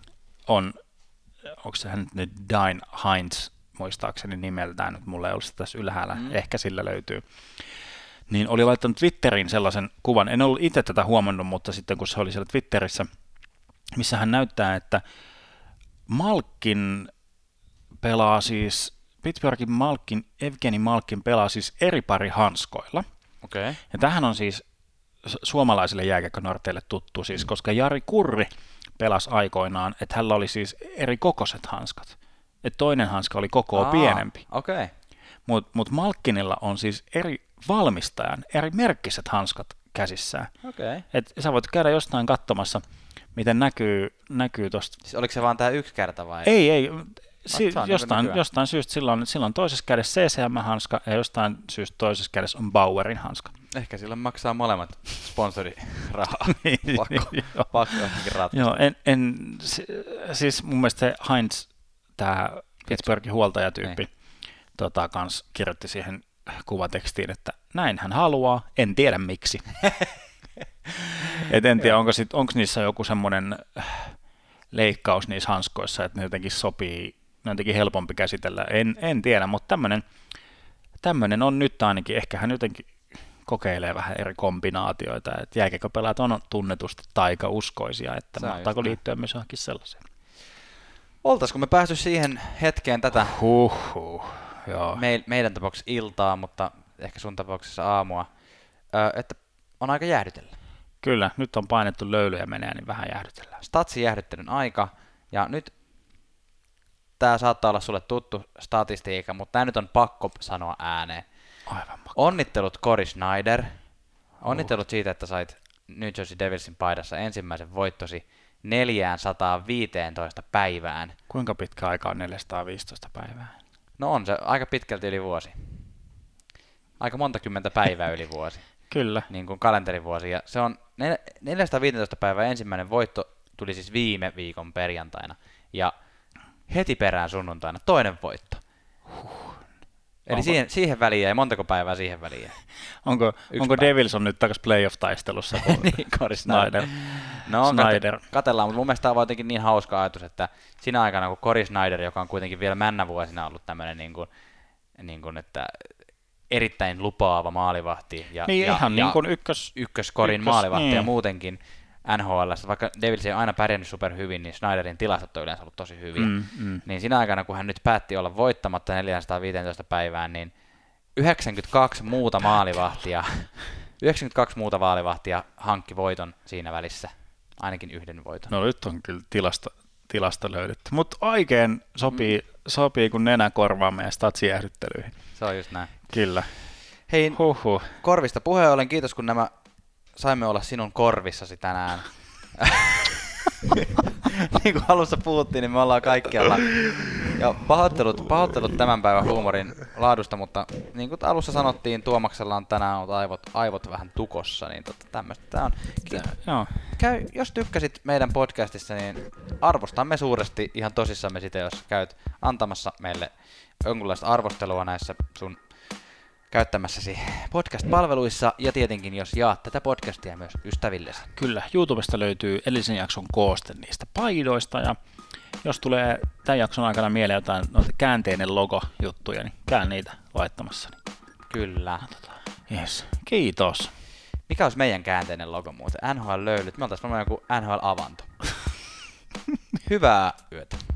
B: onko se hän nyt Dine Hines, muistaakseni nimeltään, nyt mulla ei ollut sitä tässä ylhäällä, ehkä sillä löytyy, niin oli laittanut Twitteriin sellaisen kuvan, en ollut itse tätä huomannut, mutta sitten kun se oli siellä Twitterissä, missä hän näyttää, että Malkin pelaa siis, Pittsburghin Evgeni Malkin pelaa siis eri pari hanskoilla.
A: Okay.
B: Ja tämähän on siis suomalaisille jääkiekkonorteille tuttu, siis, koska Jari Kurri pelasi aikoinaan, että hänellä oli siis eri kokoiset hanskat. Että toinen hanska oli kokoa pienempi.
A: Okay.
B: Mut Malkinilla on siis eri valmistajan, eri merkkiset hanskat käsissään.
A: Okay.
B: Et sä voit käydä jostain katsomassa, miten näkyy tosta.
A: Siis oliko se vaan tää yksi kerta vai?
B: Ei. Jostain syystä silloin toisessa kädessä CCM-hanska ja jostain syystä toisessa kädessä on Bauerin hanska.
A: Ehkä silloin maksaa molemmat sponsorirahaa. Pakko ratkaista.
B: Joo, siis mun mielestä se Heinz, tämä Pittsburghin huoltajatyyppi, kans kirjoitti siihen kuvatekstiin, että näin hän haluaa, en tiedä miksi. En tiedä, onko niissä joku semmoinen leikkaus niissä hanskoissa, että ne jotenkin sopii, ne on jotenkin helpompi käsitellä. En tiedä, mutta tämmöinen on nyt ainakin. Ehkä hän jotenkin kokeilee vähän eri kombinaatioita. Että jääkiekkopelaajat on tunnetusti taikauskoisia, että mahtaako liittyä myös johonkin sellaiseen.
A: Oltaisiko me päästy siihen hetkeen tätä
B: joo.
A: Meidän tapauksessa iltaa, mutta ehkä sun tapauksessa aamua, että on aika jäähdytellä.
B: Kyllä, nyt on painettu löylyjä menee, niin vähän jäähdytellään.
A: Statsin jäähdyttelyn aika, ja nyt tämä saattaa olla sulle tuttu statistiikka, mutta tämä nyt on pakko sanoa ääneen.
B: Aivan pakko.
A: Onnittelut Cory Schneider. Onnittelut siitä, että sait New Jersey Devilsin paidassa ensimmäisen voittosi 415 päivään.
B: Kuinka pitkä aika on 415 päivää?
A: No on se aika pitkälti yli vuosi. Aika monta kymmentä päivää yli vuosi.
B: Kyllä.
A: Niin kuin kalenterivuosi. Ja se on 415 päivää ensimmäinen voitto tuli siis viime viikon perjantaina. Ja heti perään sunnuntaina toinen voitto. Eli siihen väliin ja montako päivää siihen väliin.
B: Onko Devils on nyt takaisin playoff-taistelussa?
A: Niin, Cory Schneider. No, katellaan, mutta mun mielestä tämä on jotenkin niin hauska ajatus, että siinä aikana kun Cory Schneider, joka on kuitenkin vielä männävuosina ollut tämmöinen niin kuin, että erittäin lupaava maalivahti ja
B: niin kuin
A: ykköskorin maalivahti
B: niin.
A: Ja muutenkin NHL:ssä, vaikka Devils ei aina pärjännyt superhyvin, niin Schneiderin tilastot on yleensä ollut tosi hyviä. Niin siinä aikana, kun hän nyt päätti olla voittamatta 415 päivään, niin 92 muuta maalivahtia hankki voiton siinä välissä, ainakin yhden voiton.
B: No nyt on kyllä tilasta löydetty, mutta oikein sopii kun nenä korvaa meidän statsijäähdyttelyihin.
A: Se on just näin.
B: Kyllä.
A: Hei, korvista puheen ollen, kiitos kun saimme olla sinun korvissasi tänään. Niin kuin alussa puhuttiin, niin me ollaan kaikkialla. Ja pahoittelut tämän päivän huumorin laadusta, mutta niin kuin alussa sanottiin, Tuomaksella on tänään ollut aivot vähän tukossa, niin tämmöistä tämä on. Jos tykkäsit meidän podcastissa, niin arvostamme suuresti ihan tosissamme sitä, jos käyt antamassa meille jonkunlaista arvostelua näissä sun käyttämässäsi podcast-palveluissa, ja tietenkin jos jaat tätä podcastia myös ystävillesi.
B: Kyllä, YouTubesta löytyy edellisen jakson kooste niistä paidoista, ja jos tulee tämän jakson aikana mieleen jotain käänteinen logo-juttuja, niin käyn niitä laittamassa.
A: Kyllä.
B: Yes. Kiitos.
A: Mikä olisi meidän käänteinen logo muuten? NHL-löylyt. Me oltaisiin varmaan joku NHL-avanto. Hyvää yötä.